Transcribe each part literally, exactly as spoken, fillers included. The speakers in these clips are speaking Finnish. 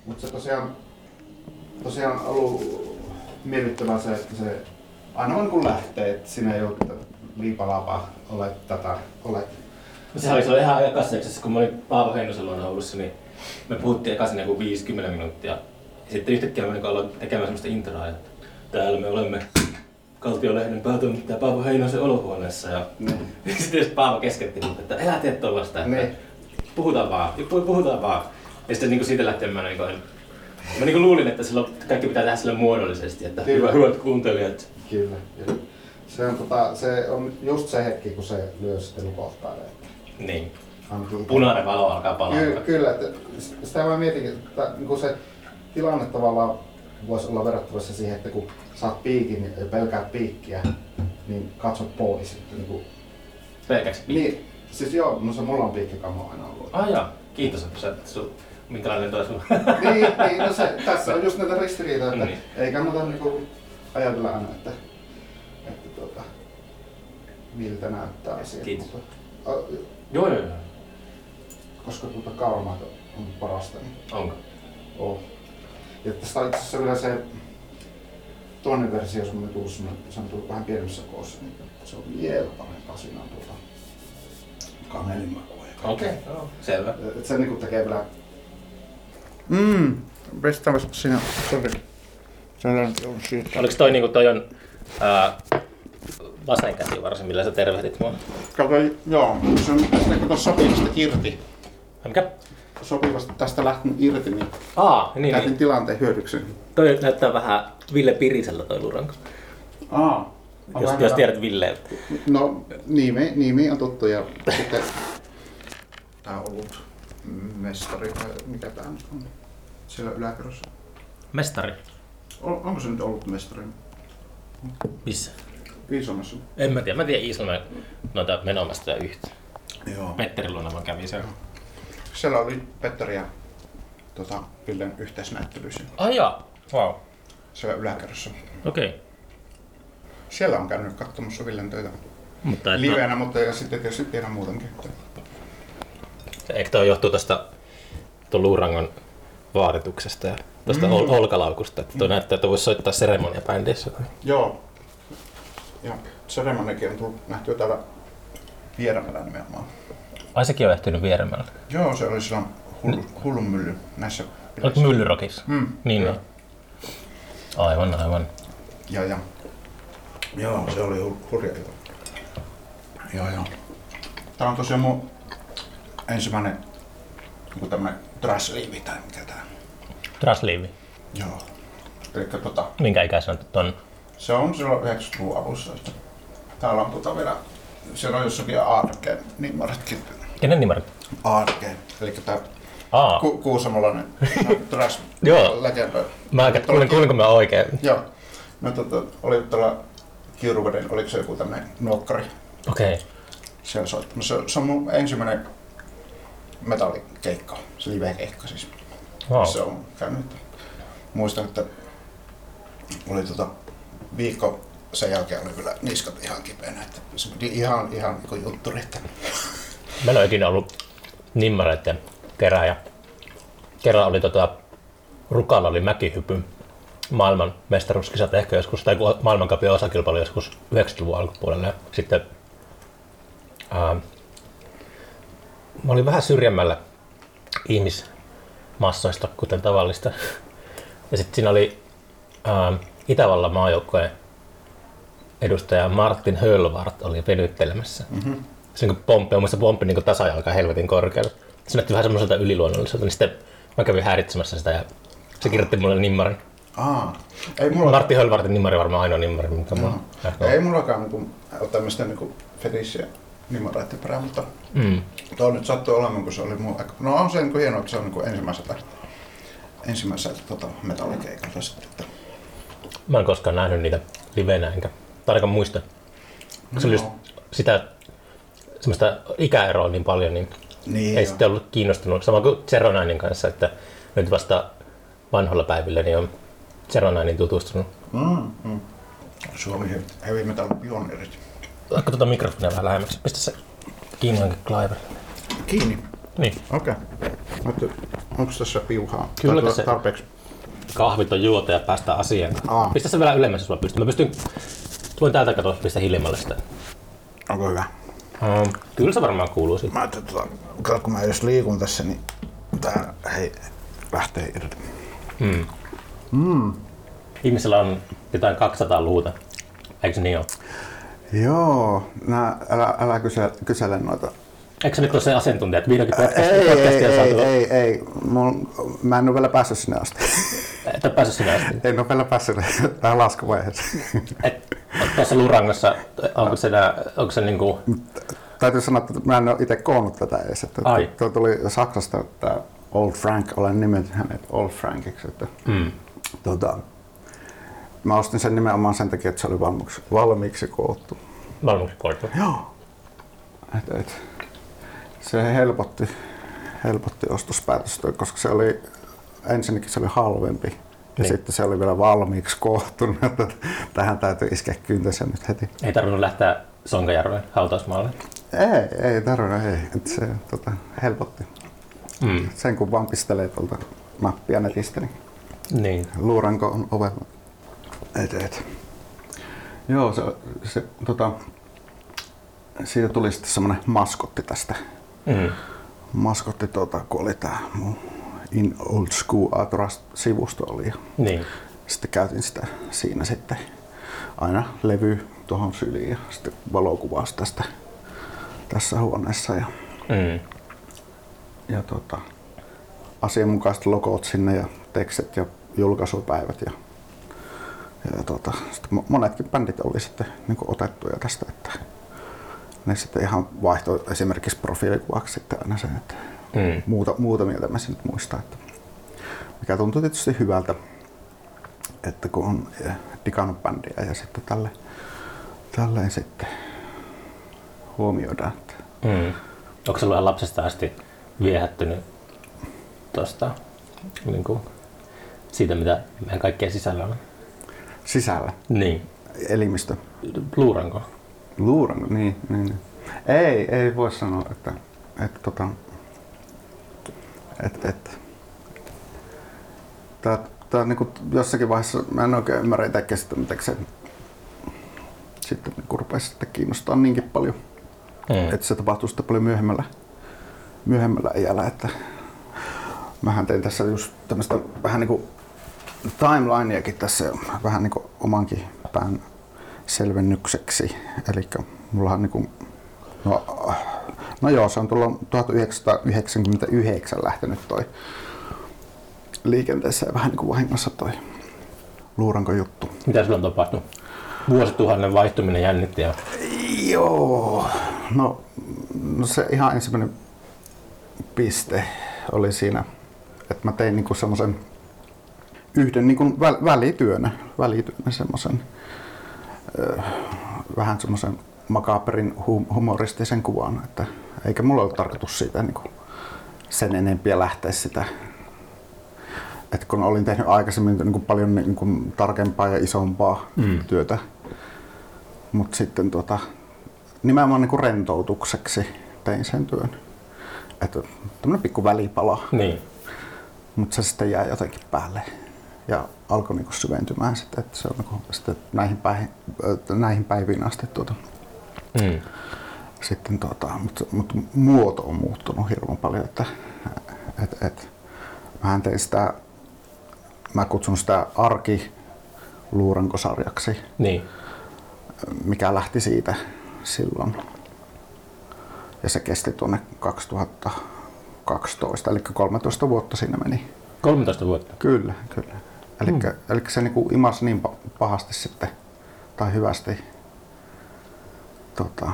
Mutta se tosiaan, tosiaan on ollut miellyttävää se, että se aina vaan kun lähtee, että sinä ei ole liipalapa, olet tätä, olet. Sehän oli, se oli ihan aika kasseiksessa, kun mä olin Paavo Heinosen luona Oulussa, niin me puhuttiin eka siinä joku viisikymmentä minuuttia. Ja sitten yhtäkkiä mä niin aloin tekemään semmoista introa, että täällä me olemme Kaltiolehden päätoimittaja Paavo Heinosen olohuoneessa. Ja mm. sitten Paavo kesketti mut, että älä tee tollaista, että mm. puhutaan vaan, puhutaan vaan. Ja sitten niin siitä lähtien mä, niin kuin, mä niin luulin, että silloin kaikki pitää tehdä sille muodollisesti, että hyvä, hyvät kuuntelijat. Kyllä, kyllä. Se on, tota, se on just se hetki, kun se lyö sitten lukohtailee. Niin. Punainen valo alkaa palaa. Ky- kyllä, että sitä mä mietin, että niin se tilanne tavallaan voisi olla verrattavissa siihen, että kun saat piikin ja pelkäät piikkiä, niin katsot pois. Että niin kuin... Pelkäks piikki? Niin, siis joo, no se mulla on piikkikamo aina ollut. Ah joo, kiitos, että sä, sun, minkälainen toi sun. niin, niin no se, tässä on just näitä ristiriitoja, että niin. ei kannata niinku ajatella aina, että, että tuota, miltä näyttää asiat. Kiitos. Mutta, a, joo, joo, joo. Koska tuota kauramaat on parasta. Niin onko? On. Ja tästä on itse asiassa vielä se toinen versio, se on tullut, se on tullut vähän pienemmässä koossa, niin se on vielä parempaa. Siinä on tuota kanelimakua. Okei, okay, no, selvä. Et se niinku tekee vielä... Mmm, vestävästi siinä, sori. Se on ollut siitä. Oliko toi niinku toi on ää, vasen käsi varsin, millä sä tervehdit mua? Kato, joo, se on tästä kato sopivasti irti. Mikä? Sopivasti tästä lähtenyt irti, niin Aa, niin, käytin niin. tilanteen hyödyksi. Toi näyttää vähän Ville Piriseltä toi luranko. Aa. Jos, jos tiedät Ville. No, nimi, nimi on tuttu ja sitten tää on ollut mestari vai mikä tää on siellä yläkerrassa. Mestari? On, onko se nyt ollut mestari? Missä? Iisalmessa. En mä tiedä. Mä tiedän Iisalmen noita menomastoja yhtä. Joo. Petterin luona vaan kävi siellä. Siellä oli Petteri ja tota, Villen yhteisnäyttelyissä. Ai jaa. Wow. Siellä yläkerrassa. Okei. Okay. Siellä on käynyt katsomassa Villen töitä mutta livenä, mutta ja sitten tietysti tiedän muutenkin. Eikö toi johtuu tästä tuon luurangon vaatetuksesta ja tuosta mm. olkalaukusta, että tuo mm. näyttää, että voisi soittaa seremoniabändissä? Joo. Ja seremoniakin on tullut nähtyä täällä Vieremällä nimenomaan. Ai sekin on ehtinyt Vieremällä? Joo, se oli silloin hullu, hullun mylly näissä bileissä. Olet Myllyrokissa? Mm. Niin, niin. Aivan, aivan. Ja, ja. Joo, se oli hurja ilta. Joo, joo. Tää on tosiaan mun ensimmäinen niin tämmönen trashliivi tai mikä tää. Trashliivi? Joo. Elikkä tota... Minkä ikäisenä ton? Se on silloin yhdeksänkymmentäluvun alussa. Täällä on tota vielä... Siellä on jossakin Aarkeen nimmaritkin. Kenen nimmarit? Aarkeen. Elikkä tää ku, kuusamolainen trash legenda. Mä kuulin, kuulinko mä oikein? Joo. No tota, oli tuolla Kiuruveden, oliko se joku tämmönen nuokkari? Okei. Okay. Siellä soittamassa. Se, se on mun ensimmäinen metallikeikka, se live-keikka siis. Wow. Se on käynyt. Muistan, että oli tota viikko sen jälkeen oli kyllä niskat ihan kipeänä, että se piti ihan, ihan niin kuin jutturi. Että... Meillä on ikinä ollut nimmareiden kerääjä. Kerran oli tota, Rukalla oli mäkihypyn maailman mestaruuskisat ehkä joskus, tai maailmancupin osakilpailu joskus yhdeksänkymmentäluvun alkupuolella. Ja sitten ää, mä olin vähän syrjemmällä ihmismassoista, kuten tavallista. Ja sitten siinä oli ää, Itävallan maajoukkojen edustaja Martin Höllvart oli venyttelemässä. Mm-hmm. Se niin pomppi, muista pomppi niin tasajalka helvetin korkealle. Se näytti vähän semmoiselta yliluonnolliselta, niin sitten mä kävin häiritsemässä sitä ja se kirjoitti mulle nimmarin. Aa, ei mulla... Martin Höllvartin nimmari on varmaan ainoa nimmari, mitä mulla on. Ei mullakaan niin ole tämmöistä niin fetissiä nimmareiden perään, mutta mm. tuo nyt sattui olemaan, kun se oli mun... No on se niin hienoa, että se on niin ensimmäiseltä, ensimmäiseltä tota, metallikeikalla sitten. Mä en koskaan nähnyt niitä livenä, enkä tarkkaan muista. No. Se oli just sitä semmoista ikäeroa niin paljon, niin, niin ei jo. Sitten ollut kiinnostunut. Sama kuin Zeronainin kanssa, että nyt vasta vanhoilla päivillä niin on Zeronainin tutustunut. Mm, mm. Suomi heavy metal pioneerit. Oletko tuota mikrofonia vähän lähemmäksi? Pistä se kiinni johonkin klaiverille. Kiinni? Niin. Okei. Okay. Onko tässä piuhaa? Kyllä tässä tarpeeksi. Kahvit on juota ja päästään asiaan. Aa. Pistä se vielä ylemmäs, jos mä pystyn. Mä pystyn... Voin täältä katsoa, pistä hiljemmalle sitä. Onko hyvä? Um, kyllä se varmaan kuuluu siitä. Mä ajattelin, että kun mä jos liikun tässä, niin tää hei, lähtee irti. Mm. Mm. Ihmisellä on jotain kaksisataa luuta. Eikö se niin ole? Joo, nää, älä, älä kysele, kysele noita. Eikö se nyt ole se asiantuntija, että vihdoinkin podcastia ei, ei, on saatu? Ei, ei, ei. Mun, mä en ole vielä päässyt sinne asti. Et ole päässyt sinne asti? En ole vielä päässyt tähän laskuvaiheessa. Et, tuossa Luurangossa, onko se, nää, onko se niinku... Täytyy sanoa, että mä en ole itse koonnut tätä edes. Että tuo tuli Saksasta, että Old Frank, olen nimennyt hänet Old Frankiksi. Että, mm. tuota, mä ostin sen nimenomaan sen takia, että se oli valmiiksi, valmiiksi koottu. Valmiiksi koottu? Joo. Et, et, se helpotti, helpotti ostospäätöstä, koska se oli, ensinnäkin se oli halvempi. Ja niin. Sitten se oli vielä valmiiksi koottunut, että tähän täytyy iskeä kyntensä nyt heti. Ei tarvinnut lähteä Sonkajärveen hautausmaalle? Ei, ei tarvinnut, ei. Et se tota, helpotti. Mm. Sen kun vaan pistelee tuolta nappia netistä, niin, niin. Luuranko on ovella. Et, et. Joo, se, se, tota, siitä tuli sitten semmonen maskotti tästä. Mm. Maskotti, tota, kun oli tää mun In Old School Autorast-sivusto oli. Niin. Sitten käytin sitä siinä sitten aina levy tuohon syliin ja sitten valokuvaus tästä tässä huoneessa. Ja, mm. ja tota, asianmukaiset logot sinne ja tekstit ja julkaisupäivät. Ja, ja tota, sitten monetkin bändit oli sitten niin kuin otettuja tästä. Että ne sitten ihan vaihtoi esimerkiksi profiilikuvaksi sitten aina sen, että mm. muuta, muutamia tämmöisiä nyt muistaa. Että mikä tuntuu tietysti hyvältä, että kun on digannut bändiä ja sitten tälle, tälleen sitten huomioidaan. Että mm. Onko se ollut lapsesta asti viehättynyt tuosta, niin kuin siitä, mitä meidän kaikkien sisällä on? Sisällä? Niin. Elimistö? Luuranko? Luuranko, niin. niin. Ei, ei voi sanoa, että, että, tota, että, että tää, tää niin kuin jossakin vaiheessa, mä en oikein ymmärrä itsekin sitä, miten se sitten niin rupesi sitten kiinnostaa niinkin paljon. Mm. Että se tapahtuu sitten paljon myöhemmällä, myöhemmällä iällä. Että mähän tein tässä just tämmöistä vähän niin kuin timelineakin tässä vähän niin kuin omankin pään selvennykseksi. Eli mullahan niin kuin, no, no joo, se on tuolla tuhatyhdeksänsataayhdeksänkymmentäyhdeksän lähtenyt toi liikenteessä ja vähän niin kuin vahingossa toi Luuranko juttu. Mitä sulla on tapahtunut? Vuosituhannen vaihtuminen jännitti ja... Joo, no, no se ihan ensimmäinen piste oli siinä, että mä tein niinku semmoisen yhden niinku väl, välityönä, välityönä semmoisen äh, vähän semmoisen makaberin hum, humoristisen kuvan, että eikä mulla ollut tarkoitus siitä niinku sen enempiä lähteä sitä. Et kun olin tehnyt aikaisemmin niinku paljon niinku tarkempaa ja isompaa mm. työtä, mutta sitten tuota, nimenomaan niinku rentoutukseksi tein sen työn. Että tämmönen pikku välipala. Niin. Mutta se sitten jäi jotenkin päälle ja alkoi niinku syventymään sitten, että se on niinku sitten näihin, päihin, näihin päiviin asti tuota. Mm. Sitten tuota, mutta mut muoto on muuttunut hirveän paljon, että et, et, mähän tein sitä, mä kutsun sitä arki-luurankosarjaksi, niin. Mikä lähti siitä silloin. Ja se kesti tuonne kaksituhattakaksitoista, eli kolmetoista vuotta siinä meni. kolmetoista vuotta? Kyllä, kyllä. Eli, hmm. eli se niinku imasi niin pahasti sitten, tai hyvästi tota,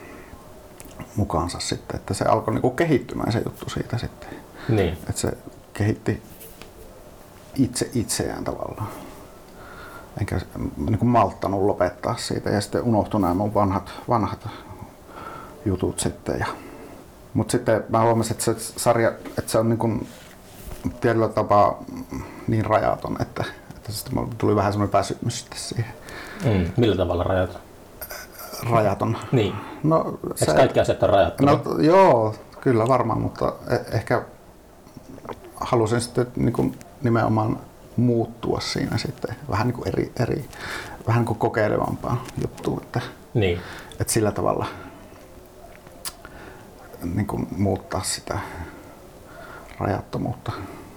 mukaansa sitten, että se alkoi niinku kehittymään se juttu siitä sitten. Niin. Että se kehitti itse itseään tavallaan. Enkä niinku malttanut lopettaa siitä ja sitten unohtui nämä mun vanhat, vanhat jutut sitten. Ja, mut sitten mä huomasin, että se sarja, että se on niinku tietyllä tapaa niin rajaton, että, että sitten mulle tuli vähän semmoinen väsymys sitten siihen. Mm. Millä tavalla rajaton? Rajaton. Niin. No, se, eikö kaikki asiat ole rajattu? No joo, kyllä varmaan, mutta ehkä halusin sitten niin kuin nimenomaan muuttua siinä sitten vähän niin kuin eri, eri vähän niin kuin kokeilevampaa juttua, että, niin. että sillä tavalla niin kuin muuttaa sitä rajattomuutta.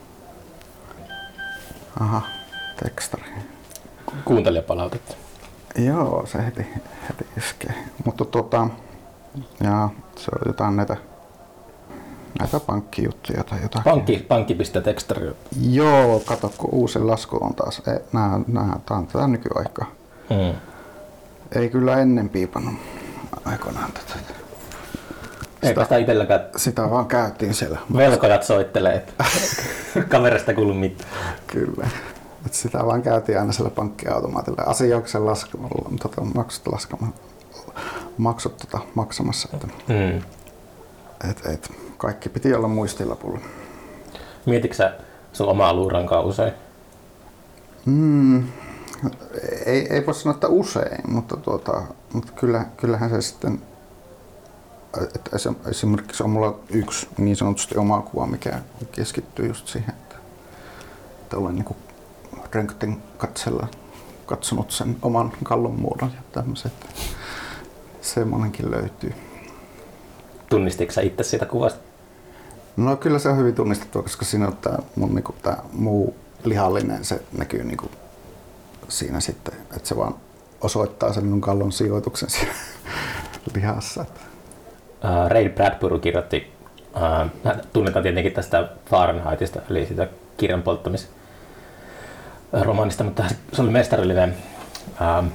Aha, tekstari. Kuuntelijapalautetta. Joo, se heti, heti iskee. Mutta tota, ja se on jotain näitä, näitä pankkijuttuja tai jotakin. Pankki, pankki.tekstari. Joo, kato kun uusi lasku on taas. Ei, nää, nää, tää on tätä nykyaikaa. Mm. Ei kyllä ennen piipannut aikoinaan tätä. Eipä sitä itselläkään. Sitä vaan käytiin siellä. Velkojat soittelee, että kamerasta kuulu mitään. Kyllä. Et sitä vaan käytiin aina siellä pankkiautomaatilla. Asiaksen laskemalla, tota, maksut, laskema, maksut tota, maksamassa. Että, Mm. et, et, kaikki piti olla muistilapulla. Mietitkö sä sun omaa luurankaa usein? Mm, ei, ei voi sanoa, että usein, mutta, tuota, mutta kyllä, kyllähän se sitten, että esimerkiksi on mulla yksi niin sanotusti oma kuva, mikä keskittyy just siihen, että, että olen niin kuin röntgen katsella katsonut sen oman kallon muodon ja tämmöiset. Semmoinenkin löytyy. Tunnistitko sä itse siitä kuvasta? No kyllä se on hyvin tunnistettua, koska siinä on tää mun niinku tää muu lihallinen, se näkyy niinku siinä sitten, että se vaan osoittaa sen minun kallon sijoituksen siinä lihassa. Uh, Ray Bradbury kirjoitti, uh, tunnetaan tietenkin tästä Fahrenheitista, eli sitä kirjan polttamisromaanista, mutta se oli mestarillinen uh,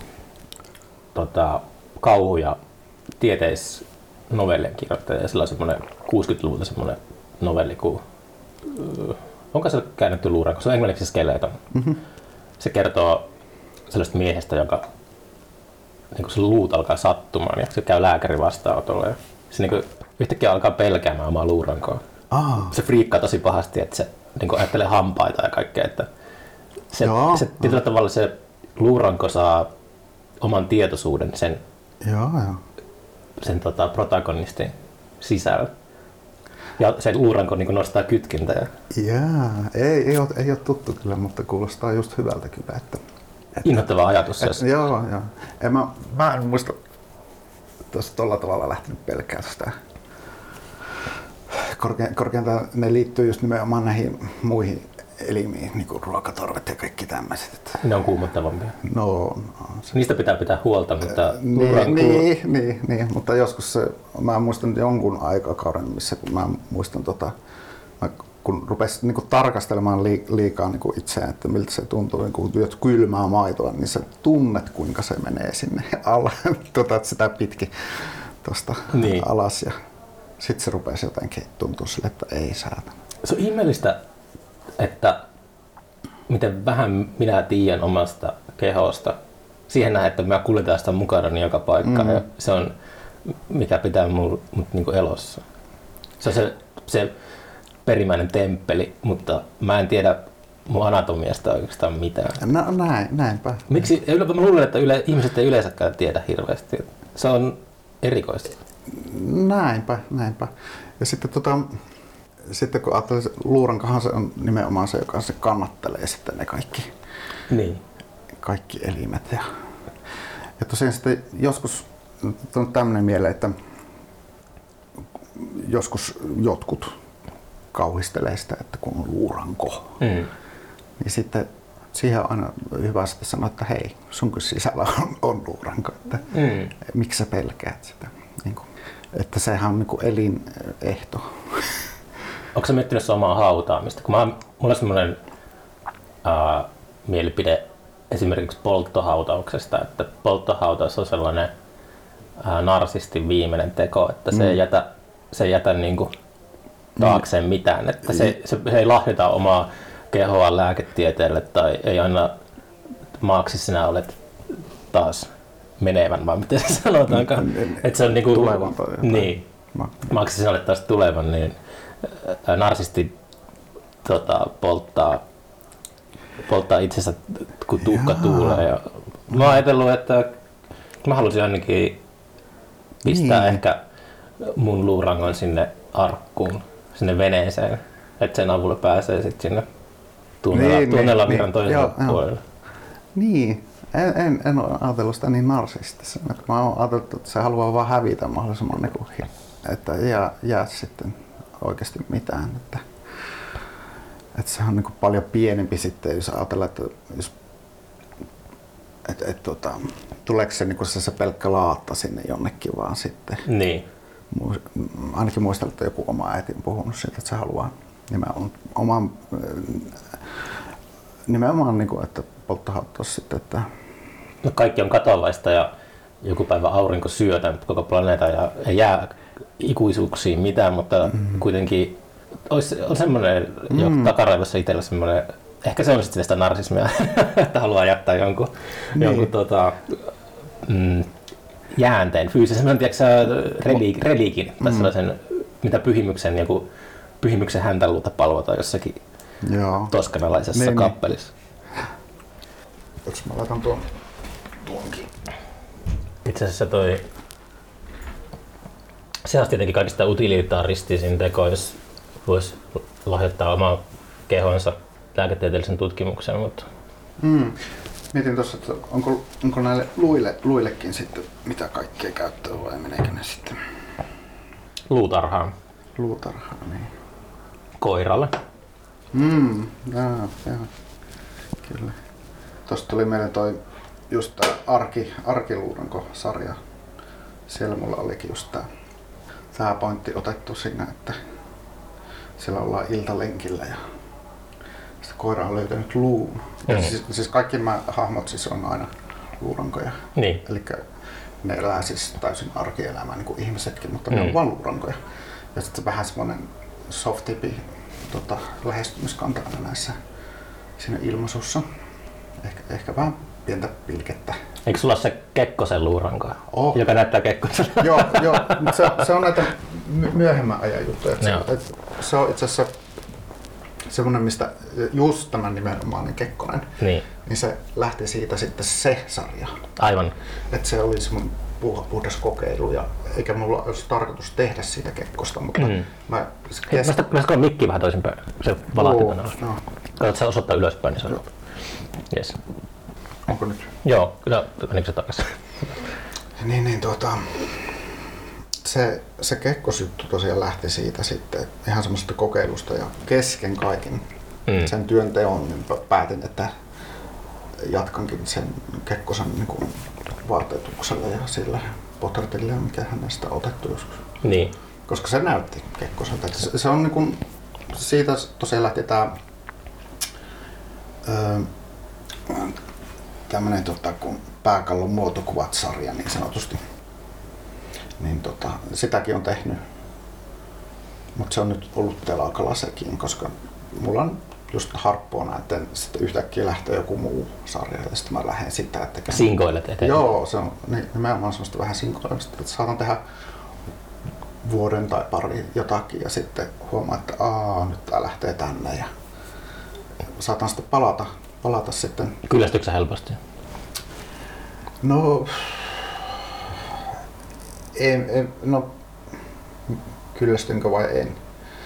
tota, kauhu- ja tieteisnovellien kirjoittaja, ja sillä on semmoinen kuusikymmentäluvulta semmoinen novelli kuin, uh, onko se käännetty luuranko, se on englanniksi Skeleton. Mm-hmm. Se kertoo sellaista miehestä, joka niin kuin se luut alkaa sattumaan ja se käy lääkärin vastaanotolla ja se niin kuin yhtäkkiä alkaa pelkäämään omaa luurankoa. Ah. Se friikkaa tosi pahasti, että se niin kuin ajattelee hampaita ja kaikkea, että se, se tietyllä tavalla se luuranko saa oman tietoisuuden sen, Joo, joo. sen tota, protagonistin sisällä. Ja se luuranko niin kuin nostaa kytkintä. Ja Jaa, ei, ei, ole, ei ole tuttu kyllä, mutta kuulostaa just hyvältä kyllä. Että, että, innoittava ajatus. et, joo, joo. En mä, mä en muista, että olisi tuolla tavalla lähtenyt pelkää sitä. Korkein, korkeintaan ne liittyy just nimenomaan näihin muihin elimiin, niin kuin ruokatorvet ja kaikki tämmöiset. Ne on kuumottavampia. No, no se, Niistä pitää pitää huolta, mutta niin, niin, niin, niin, mutta joskus se, mä muistan jonkun aikakauden, missä kun mä muistan tota, mä, kun rupesin niin kuin tarkastelemaan liikaa niin kuin itseään, että miltä se tuntuu, niin kun työt kylmää maitoa, niin sä tunnet kuinka se menee sinne alla, tota, sitä pitkin tuosta niin alas ja sitten se rupesi jotenkin tuntua sille, että ei saata. Se on ihmeellistä, että miten vähän minä tiedän omasta kehosta. Siihen nähdään, että mä kuljetaan sitä mukana joka paikkaan mm. ja se on mikä pitää mut, mut niinku elossa. Se on se, se perimmäinen temppeli, mutta mä en tiedä mun anatomiasta oikeastaan mitään. No näin, näinpä. Miksi? Mä luulen, että yle, ihmiset ei yleensäkään tiedä hirveästi. Se on erikoista. Näinpä, näinpä. Ja sitten, tota, sitten kun ajattelee, luurankohan se on nimenomaan se, joka se kannattelee sitten ne kaikki, niin. kaikki elimet. Ja, ja tosiaan sitten joskus on tämmöinen mieleen, että joskus jotkut kauhistelee sitä, että kun on luuranko, mm. niin sitten siihen on aina hyvä sitten sanoa, että hei, sun sisällä on, on luuranko, että mm. miksi sä pelkäät sitä. Niin kuin, että sehän on niin kuin elinehto. Onko sä miettinyt sun omaa hautaamista? Kun mä, mulla on semmoinen äh, mielipide esimerkiksi polttohautauksesta, että polttohautaus on sellainen äh, narsistin viimeinen teko, että se mm. ei jätä, se ei jätä niin kuin taakseen mitään, että se, se, se ei lahdita omaa kehoa lääketieteelle tai ei anna maaksi sinä olet taas menevän, vai miten se sanotaankaan. Että se on niinku tulevan. Niin. Maaksi sinä olet taas tulevan, niin narsisti tota, polttaa, polttaa itsensä kun tuhka tuulee. Ja mä oon ajatellut, että mä halusin ainakin pistää niin. ehkä mun luurangon sinne arkkuun, sinne veneeseen. että sen avulla pääsee sitten sinne tunnelaviran niin, toiselle joo, puolelle. Niin, en, en, en ole ajatellut sitä niin narsistisena. Mä oon ajatellut, että se haluaa vaan hävitä mahdollisimman niin kuin, että jää, jää sitten oikeasti mitään. Että, että se on niin kuin paljon pienempi sitten, jos ajatellaan, että jos, et, et, tota, tuleeko se, niin kuin se, se pelkkä laatta sinne jonnekin vaan sitten. Niin. Ainakin muistan, että joku oma äiti on puhunut siitä, että se haluaa nimenomaan, oman, nimenomaan niin kuin, että polttohattoisi sitten. Että no kaikki on katoavaista ja joku päivä aurinko syö tämän koko planeetan ja ei jää ikuisuuksiin mitään, mutta mm-hmm. kuitenkin olisi, on semmoinen mm-hmm. jo takaraivossa itsellä semmoinen, ehkä se on sitten sitä narsismia, että haluaa jättää jonkun, niin. jonkun tota, mm, jäänteen, fyysisen, tiedätkö reliikin, reliikin mm. tai sellaisen, mitä pyhimyksen, joku pyhimyksen häntäluuta palvotaan jossakin Joo. toskanalaisessa niin, kappelissa. Jos mä laitan tuon tuonkin. Itse asiassa toi, se on tietenkin kaikista utilitaristisin teko, jos voisi lahjoittaa omaa kehonsa lääketieteellisen tutkimuksen, mutta mm. Mietin tuossa, että onko, onko näille luille, luillekin sitten mitä kaikkea käyttöä vai meneekö ne sitten? Luutarhaan. Luutarhaan, niin. Koiralle. Mm, jaa, jaa. Kyllä. Tuosta tuli meille toi just tää arki, Arkiluudanko-sarja. Siellä mulla olikin just tää, tää pointti otettu siinä, että siellä ollaan iltalenkillä ja sitten koira on löytänyt luun. Mm. Siis, siis kaikki nämä hahmot siis on aina luurankoja. Niin. Eli ne elää siis täysin arkielämää niin kuin ihmisetkin, mutta mm. ne on vaan luurankoja. Ja sitten vähän semmoinen soft-tipi tota, lähestymiskanta aina näissä siinä ilmaisussa. Ehkä, ehkä vähän pientä pilkettä. Eikö sulla ole se Kekkosen luuranko, oh. joka näyttää Kekkoselta? Joo, joo, mutta se, se on näitä myöhemmän ajan juttuja. Se, et, se on itse asiassa semmoinen, mistä just tämän nimenomainen Kekkonen, niin. niin se lähti siitä sitten se sarja. Aivan. Että se oli semmoinen puhdas kokeilu ja eikä mulla olisi tarkoitus tehdä siitä Kekkosta, mutta mm. mä... Kes... Mä sitä mikki vähän toisinpäin, se valahti tänne alas. No. Katsot sä osoittaa ylöspäin, niin se on... Yes. Onko nyt? Joo, kyllä menikö se takaisin? Niin, niin tuota... Se, se Kekkos-juttu tosiaan lähti siitä sitten ihan semmoisesta kokeilusta ja kesken kaiken mm. sen työnteon niin päätin, että jatkankin sen Kekkosen niin kuin vaatetuksella ja sillä portretilla, mikä hänestä on otettu joskus. Niin. Koska se näytti Kekkoselta. Se, se on niin kuin, siitä tosiaan lähti tää öö, tämmönen tota, kun Pääkallon muotokuvat-sarja niin sanotusti. Niin tota, sitäkin on tehnyt, mutta se on nyt ollut telakalla sekin, koska mulla on just harppoa että sitten yhtäkkiä lähtee joku muu sarja ja sitten mä lähden sitä. Että sinkoilet eteenpäin? Joo, se on nimenomaan semmoista vähän sinkoilemista, että saatan tehdä vuoden tai pari jotakin ja sitten huomaa, että aa, nyt tää lähtee tänne ja saatan sitten palata, palata sitten. Kyllästytkö sä helposti? No... En, en, no, kyllästynkö vai en.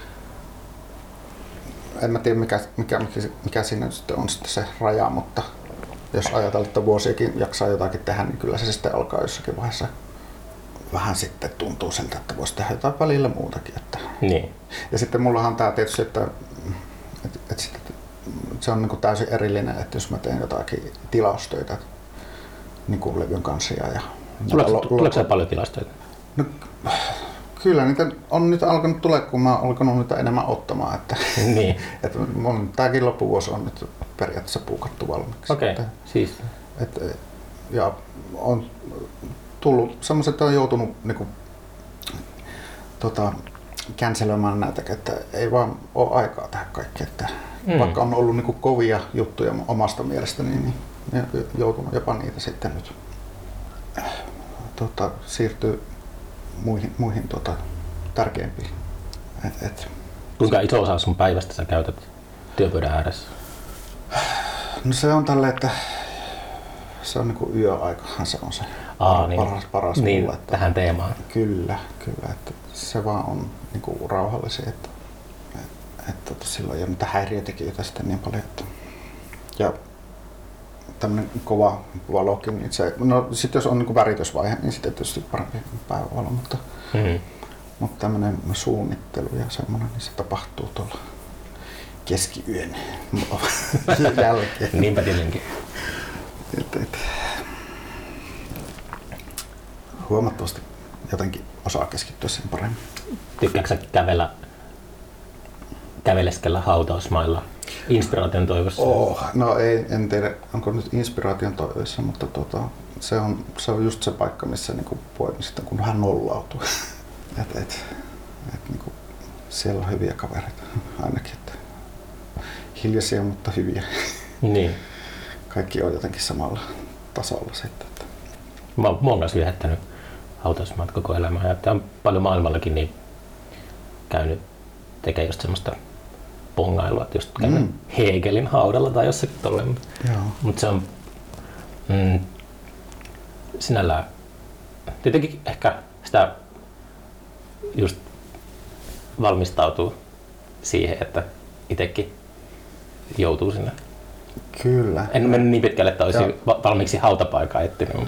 En mä tiedä mikä, mikä, mikä siinä sitten on sitten se raja, mutta jos ajatellaan, että vuosiakin jaksaa jotakin tehdä, niin kyllä se sitten alkaa jossakin vaiheessa vähän sitten tuntuu siltä, että voisi tehdä jotain välillä muutakin. Että. Niin. Ja sitten mullahan on tää tietysti, että, että, että se on niin kuin täysin erillinen, että jos mä teen jotakin tilaustöitä niin kuin levyn kanssa ja Tuleeko se paljon tilastoja? No, kyllä niitä on nyt alkanut tulla, kun mä oon alkanut niitä enemmän ottamaan. Että, niin. että mun, tääkin loppuvuosi on nyt periaatteessa puukattu valmiiksi. Okei, okay. Siis. Et, ja on tullut semmoiset, että on joutunut niinku, tota, canceloimaan näitä, että ei vaan ole aikaa tehdä kaikkea. Että mm. Vaikka on ollut niinku kovia juttuja omasta mielestäni, niin, niin joutunut jopa niitä sitten nyt Tota, siirtyy muihin, muihin tota, tärkeimpiin. Et, et. Kuinka iso osa sun päivästä sä käytät työpöydän ääressä? No se on tälle, että se on niinku yöaikahan se on se Aa, niin. paras, paras niin, mulle. Että, tähän teemaan. Kyllä, kyllä. Että se vaan on niinku rauhallisia. Että, et, et, tota, silloin ei ole mitään häiriötekijöitä sitten niin paljon. Että, ja tämmönen kova valokin, niin se, no sit jos on niin kuin väritysvaihe, niin sitten tietysti parempi päivävalo, mutta, mm-hmm. mutta tämmönen suunnittelu ja semmoinen, niin se tapahtuu tuolla keskiyön jälkeen. Niinpä tietenkin. Et, et, huomattavasti jotenkin osaa keskittyä sen paremmin. Tykkääksä sä kävellä, käveleskellä hautausmailla inspiraation toivossa? Oh, no ei, en tiedä onko nyt inspiraation toivossa, mutta tota, se, on, se on just se paikka, missä niinku voi sitten kun hän nollautuu. et, et, et, niinku, siellä on hyviä kavereita ainakin. Että hiljaisia, mutta hyviä. Niin. Kaikki on jotenkin samalla tasolla sitten. Että. Mä, mä oon kanssa viehättänyt hautausmaat koko elämää ja on paljon maailmallakin niin käynyt tekemään just semmoista pongailua, että just käynyt mm. Hegelin haudalla tai jossakin tolleen. Mutta se on mm, sinällään tietenkin ehkä sitä just valmistautuu siihen, että itsekin joutuu sinne. Kyllä. En mennyt niin pitkälle, että olisi ja. valmiiksi hautapaikaa etsinyt.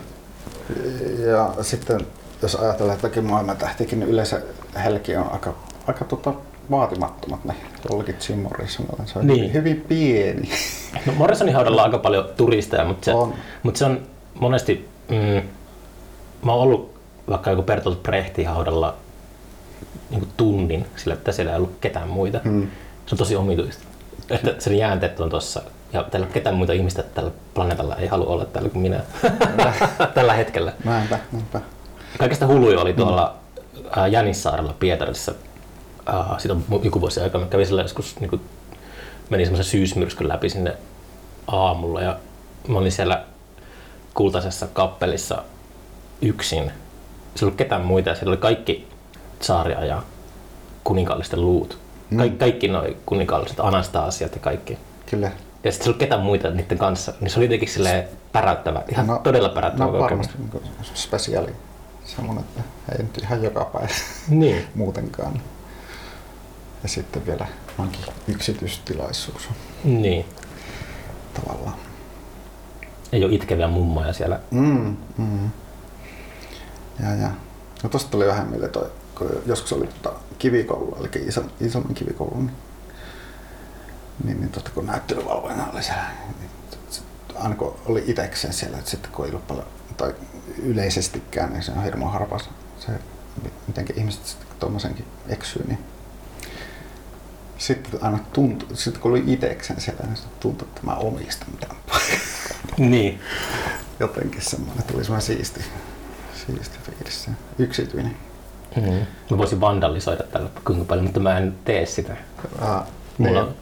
Ja sitten jos ajatellaan jotakin maailmantähtiäkin, niin yleensä Helki on aika, aika tota, vaatimattomat ne jollakin Jim Morrisonilla. Se on niin. hyvin pieni. No Morrisonin haudalla on aika paljon turisteja, mutta se on, mutta se on monesti... Mm, mä oon ollut vaikka joku Bertolt Brechtin haudalla niin kuin tunnin, sillä että siellä ei ollut ketään muita. Hmm. Se on tosi omituista. Että sen jäänteet on tossa. Ja täällä ei ole ketään muita ihmistä tällä planeetalla ei halua olla täällä kuin minä tällä hetkellä. Näinpä, näinpä. Kaikista hulluja oli tuolla mm. Jänissaarella Pietarissa. Uh, siitä on joku vuosi aikaa. Mä kävin sillä joskus, niin kuin, menin semmoisen syysmyrskyn läpi sinne aamulla ja mä olin siellä kultaisessa kappelissa yksin. Siellä ei ollut ketään muita ja siellä oli kaikki tsaaria ja kuninkaallisten luut. Mm. Ka- kaikki noi kuninkaalliset Anastasiat ja kaikki. Kyllä. Ja sitten se oli ketään muita niiden kanssa, niin se oli jotenkin silleen päräyttävä, ihan no, todella päräyttävä no, kokemus. Varmasti niin spesiaali, semmoinen, että ei nyt ihan joka päivä niin. muutenkaan. Ja sitten vielä onkin yksityistilaisuus. Niin. Tavallaan. Ei ole itkeviä mummoja siellä. Mm, mm. Ja, ja. No tosta tuli vähän mieleen toi, kun joskus oli tota kivikoulu, eli Iisalmen iso, kivikoulu, niin Niin, niin totta kun näyttelyvalvojana oli siellä, niin aina kun oli itekseen siellä, että sitten kun ei ollut paljon, tai yleisestikään, niin se on hirveän harva se, mitenkin ihmiset sitten tuommoisenkin eksyy, niin sitten aina tuntui, sitten kun oli itekseen siellä, niin tuntui, että mä omistan mitään. Niin. Jotenkin semmoinen, tuli semmoinen siisti, siisti fiilis, yksityinen. Mm-hmm. Mä voisin vandalisoida tällä kuinka paljon, mutta mä en tee sitä. Ah, Mulla on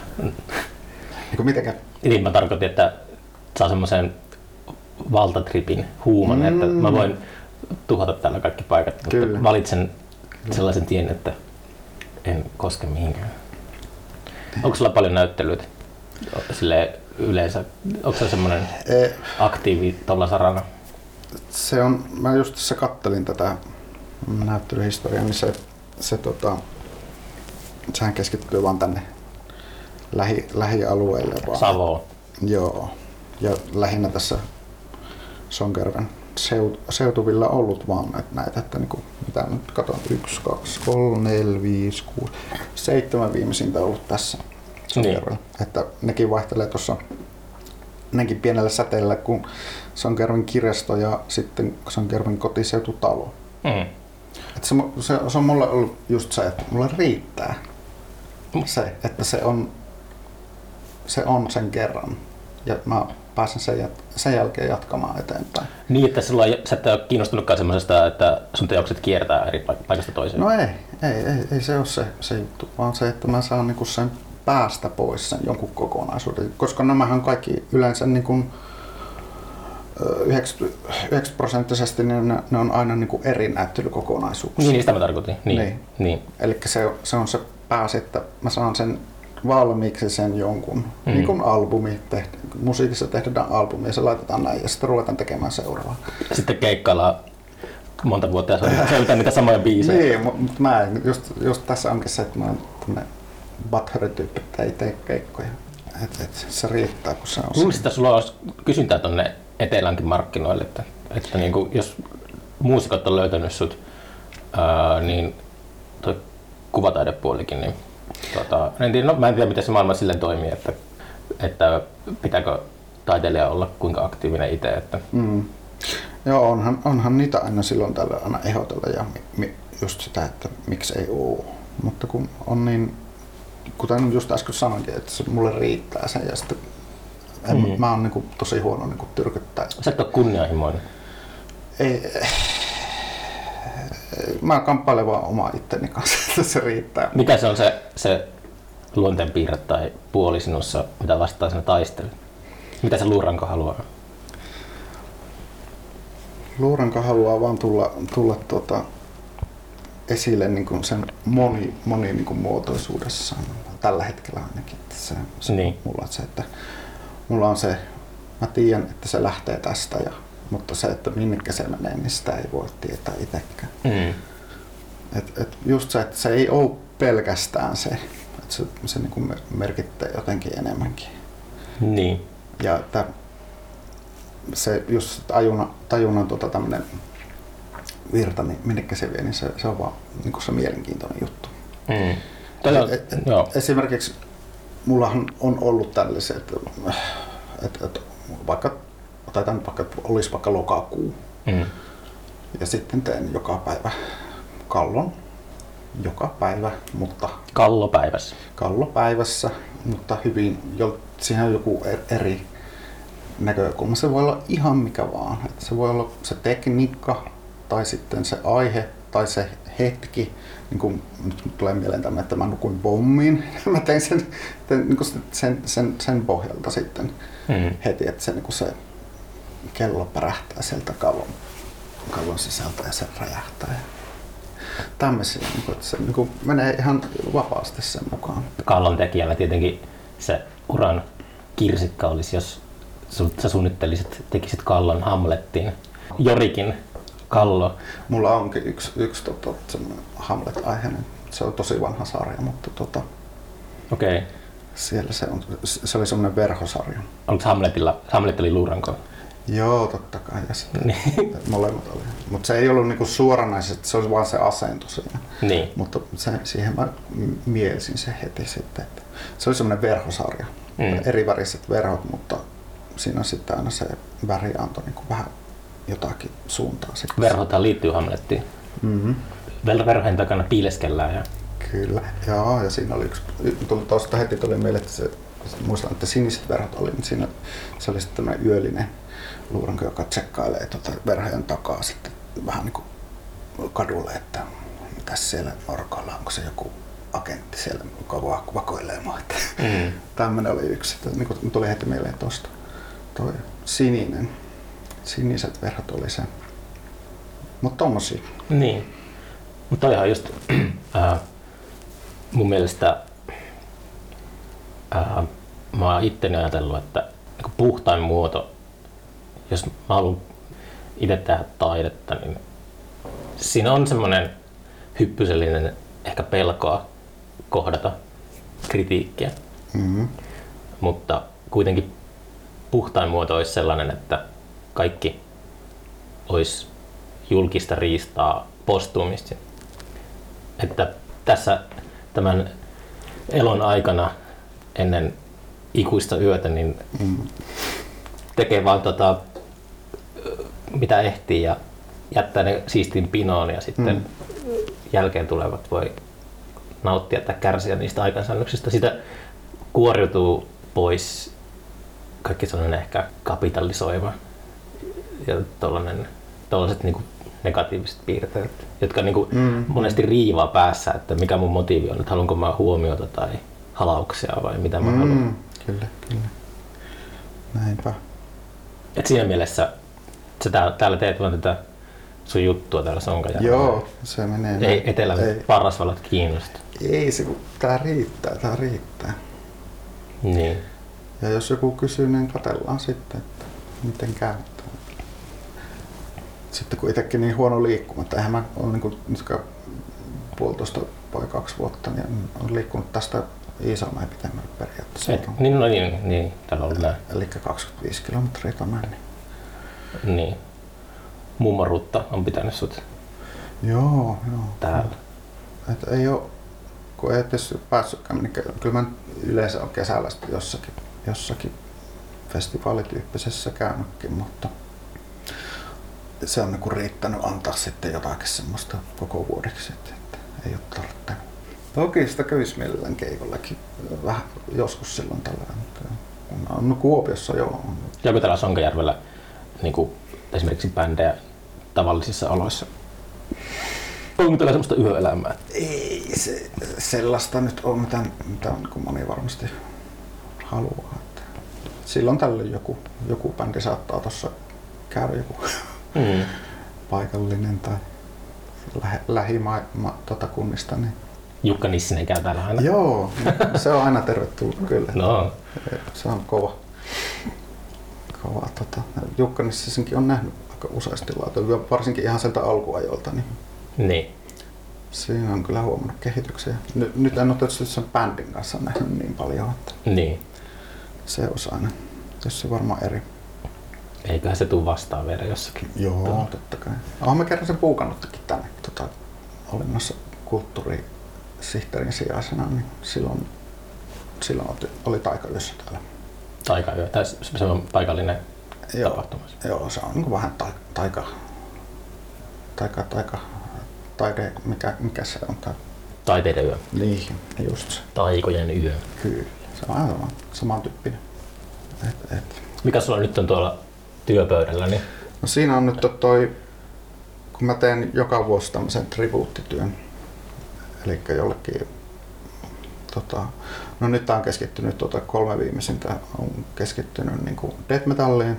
Eiku mitenkään? Niin mä tarkoitin, että saa semmoisen valtatripin huuman, mm. että mä voin tuhota täällä kaikki paikat, mutta Kyllä. valitsen Kyllä. sellaisen tien, että en koske mihinkään. Onko sulla paljon näyttelyitä silleen yleensä? Onko se semmoinen e- aktiivi tuolla saralla? Se on, mä just tässä kattelin tätä näyttelyhistoriaa, niin se, se tota, sehän keskittyy vaan tänne Lähi, lähialueille vaan. Savoon. Joo. Ja lähinnä tässä Sonkajärven seut, seutuvilla ollut vaan näitä, että niinku, mitä nyt katson, yksi, kaksi, kolme, neljä, viisi, kuusi, seitsemän viimeisintä ollut tässä Sonkajärvellä. Niin. Että nekin vaihtelee tuossa nekin pienellä säteellä kuin Sonkajärven kirjasto ja sitten Sonkajärven kotiseututalo. Mm. Että se, se, se on mulle ollut just se, että mulle riittää se, että se on se on sen kerran ja mä pääsen sen, jat- sen jälkeen jatkamaan eteenpäin. Niin, että sulla ei, sä et ole kiinnostunutkaan semmoisesta, että sun teokset kiertää eri paikasta toiseen? No ei, ei, ei, ei se ole se, se juttu, vaan se, että mä saan niinku sen päästä pois sen jonkun kokonaisuuden, koska nämähän kaikki yleensä niinku yhdeksänkymmentä prosenttisesti niin ne, ne on aina niinku eri näyttelykokonaisuuksia. Niin, sitä mä tarkoitin. Niin. Niin. Niin. Eli se, se on se pääsi, että mä saan sen valmiiksi sen jonkun, mm. niin kuin albumi, tehty, musiikissa tehdään albumi ja se laitetaan näin ja sitten ruvetaan tekemään seuraavaa. Sitten keikkaillaan monta vuotta ja soitetaan niitä samoja biisejä. Niin, mutta mä en, just, just tässä onkin se, että mä oon butthurt-tyyppi ei tee keikkoja. Et, et se riittää, kun se on. Luulisin, että sulla olisi kysyntää tuonne etelänkin markkinoille, että, että niin kuin, jos muusikot on löytänyt sut, ää, niin toi kuvataidepuolikin, niin tota, en tiedä, no, mä en tiedä, miten se maailma silleen toimii, että, että pitääkö taiteilija olla kuinka aktiivinen itse. Että... Mm. Joo, onhan, onhan niitä aina silloin tällä aina ehdotella ja mi, just sitä, että miksi ei oo. Mutta kun on niin, kuten just äsken sanoinkin, että se mulle riittää sen ja sitten en, mm. mä oon niinku tosi huono niinku tyrkyttää. Sä et oo kunnianhimoinen. Ei, mä kamppailen vaan oma itteni kanssa, että se riittää. Mikä se on se, se luonteenpiirre tai puoli sinussa, mitä vastaan sinä taistelet? Mitä se luuranko haluaa? Luuranko haluaa vaan tulla, tulla tuota, esille niin kuin sen moni, moni niin kuin muotoisuudessaan tällä hetkellä ainakin. Että se, se, niin. mulla, se, että, mulla on se, mä tiedän, että se lähtee tästä, ja, mutta se, että minnekä se menee, niin sitä ei voi tietää itsekään. Mm. Et, et just se, että se ei ole pelkästään se, että se, se niin kuin merkittää jotenkin enemmänkin. Niin. Ja että se just tajunnan, tajunnan tota tämmönen virta, niin minnekä se vie, niin se, se on vaan niin kuin se mielenkiintoinen juttu. Mm. Tällä, et, et, joo. Esimerkiksi mullahan on ollut tällaisia, että, että, että vaikka, otetaan vaikka, olisi vaikka lokakuu, mm. ja sitten teen joka päivä kallon, joka päivä, mutta kallopäivässä. Kallopäivässä, mutta hyvin, jo, siinä on joku eri näkökulma. Se voi olla ihan mikä vaan. Että se voi olla se tekniikka tai sitten se aihe tai se hetki. Niin kun nyt tulee mieleen tämä, että mä nukuin pommiin. Mä tein sen, tein, niin sen, sen, sen pohjalta sitten mm. heti, että se, niin se kello pärähtää sieltä kallon, kallon sisältä ja se räjähtää. Tämmöisiä, että se niin menee ihan vapaasti sen mukaan. Kallon tekijällä tietenkin se uran kirsikka olisi, jos sä suunnittelisit, tekisit kallon Hamlettiin. Jorikin kallo. Mulla onkin yksi, yksi tota, Hamlet-aiheinen. Se on tosi vanha sarja, mutta tota, okei. Okay. Siellä se, on, se oli semmoinen verhosarja. Oliko Hamletilla, Hamlet oli luuranko? Joo, totta kai. Ja sitten molemmat oli. Mutta se ei ollut niinku suoranaisesti, se oli vaan se asento siinä. Niin. Mutta se, siihen mä mielsin se heti sitten. Että se oli semmoinen verhosarja. Mm. Eri väriset verhot, mutta siinä sitten aina se väri antoi niinku vähän jotakin suuntaa. Verhothan liittyy Hamlettiin. Mm-hmm. Verhojen takana piileskellään. Ja... Kyllä, joo, ja siinä oli yksi, tuosta heti tuli mieleen, että se, muistan, että siniset verhot oli, niin siinä se oli sitten tämmöinen yöllinen luuranko, joka tsekkailee tuota verhojen takaa sitten vähän niin kuin kadulle, että mitäs siellä orkoilla, onko se joku agentti siellä, joka vakoilee mua. Mm. Tämmöinen oli yksi, että niin kuin tuli heti mieleen tuosta. Toi sininen, siniset verhot oli se, mutta tommosia. Niin, mutta toihan just äh, mun mielestä äh, mä oon itteni ajatellut, että niin puhtain muoto, jos mä haluan itse tehdä taidetta, niin siinä on semmoinen hyppysellinen ehkä pelkoa kohdata kritiikkiä, mm-hmm. mutta kuitenkin puhtain muoto olisi sellainen, että kaikki olisi julkista riistaa postuumisti. Että tässä tämän elon aikana ennen ikuista yötä niin mm. tekee vaan tota, mitä ehtii ja jättää ne siistiin pinoon ja sitten mm. jälkeen tulevat voi nauttia tai kärsiä niistä aikaansaannoksista. Sitä kuoriutuu pois kaikki sellainen ehkä kapitalisoiva ja tollainen, tollaiset niinku negatiiviset piirteet, jotka niinku mm. monesti riivaa päässä, että mikä mun motiivi on, että haluanko mä huomiota tai halauksia vai mitä mä mm. haluan. Kyllä, kyllä. Näinpä. Et siinä mielessä sä täällä teet vaan tätä sun juttua täällä Sonkajärvellä. Joo, se menee. Ei näin. Etelän parasvalot kiinnosta. Ei se, kun tää riittää, tää riittää. Niin. Ja jos joku kysyy, niin katsellaan sitten, että miten käyttää. Sitten kun itsekin niin huono liikkumatta, eihän mä ole niin kuin, puolitoista vai kaksi vuotta, niin olen liikkunut tästä Iisalmeen pitemmälle periaatteessa. Et, niin, no niin, niin, täällä on näin. Eli kaksikymmentäviisi kilometriä tonne. Niin. Niin. Mummo Rutta on pitänyt sut Joo, joo. täällä. Et ei oo, kun ei tietysti päässytkään, niin kyllä mä yleensä on kesällä jossakin, jossakin festivaalityyppisessä käynytkin, mutta se on niinku riittänyt antaa sitten jotakin semmoista koko vuodeksi, että ei oo tarvittanut. Toki sitä kävis mielellään keikollakin vähän joskus silloin tällä, mutta no Kuopiossa joo on. Joko täällä Sonkajärvellä niin kuin esimerkiksi bändejä tavallisissa oloissa? Onko täällä semmoista yöelämää? Ei se sellaista nyt ole, mitä, mitä on, niin moni varmasti haluaa. Että silloin tällöin joku, joku bändi saattaa tuossa käydä joku mm. paikallinen tai lähi, lähimaa tota kunnista. Niin. Jukka Nissinen käy täällä aina? Joo, se on aina tervetullut kyllä. No. Se on kova. kova tota. Jukka Nissisenkin on nähnyt aika useasti laitoja, varsinkin ihan sieltä alkuajoilta. Niin. Niin. Siinä on kyllä huomannut kehityksen. Nyt, nyt en ole tietysti sen bändin kanssa nähnyt niin paljon, että niin. Se olisi aina, jos se varmaan eri. Eiköhän se tule vastaan vielä jossakin. Joo, Tuo. totta kai. Olen mä kerran sen puukannutkin tänne. Tota, olin noissa kulttuurisihteerin sijaisena, niin silloin, silloin oli taikayössä täällä. Taikayö, tai se on paikallinen joo, tapahtuma. Joo, se on niin vähän taika, taika, taika, taika taide, mikä, mikä se on? Tai... Taiteiden yö. Niin, just se. Taikojen yö. Kyllä, se on aivan samantyyppinen. Et, et. Mikä sulla nyt on tuolla työpöydällä? Niin? No siinä on nyt toi, kun mä teen joka vuosi tämmöisen tribuuttityön, eli jollekin, tota, no nyt tää on keskittynyt, tota, kolme viimeisintä on keskittynyt niin kuin death metalliin,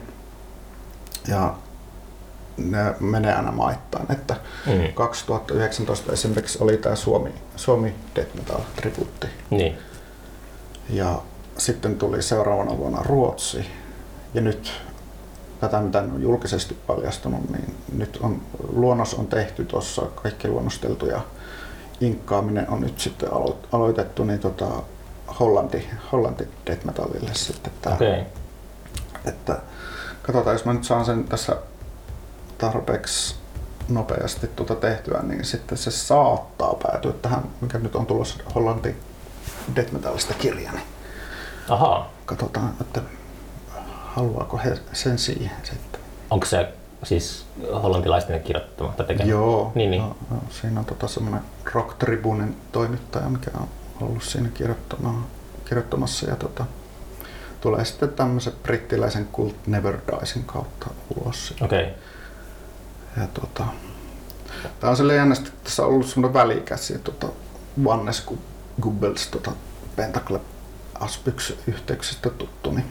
ja ne menee aina maittain, että mm. kaksituhattayhdeksäntoista esimerkiksi oli tää Suomi, Suomi death metal tribuutti. Niin. Ja sitten tuli seuraavana vuonna Ruotsi, ja nyt tätä mitä on julkisesti paljastunut, niin nyt on, luonnos on tehty tuossa, kaikki luonnosteltu ja inkkaaminen on nyt sitten alo- aloitettu niin tota, Hollanti, Hollanti death metallille sitten tää. Okay. Että katsotaan, jos mä nyt saan sen tässä tarpeeksi nopeasti tuota tehtyä, niin sitten se saattaa päätyä tähän, mikä nyt on tulossa Hollanti death metallista kirja. Niin Ahaa. katsotaan, että haluaako he sen siihen sitten. Onko se siis hollantilaisten kirjoittama tai tekemä? Joo, niin, niin. No, no, siinä on tota semmoinen Rock Tribunen toimittaja, mikä on ollut siinä kirjoittamassa ja tota, tulee sitten tämmöisen brittiläisen Cult Never Diesin kautta ulos. Okei. Okay. Ja tota, tää on silleen jännästi, että tässä on ollut semmoinen välikäsi, tota Vannes Gubbels tota Pentacle Aspyx yhteyksistä tuttu, niin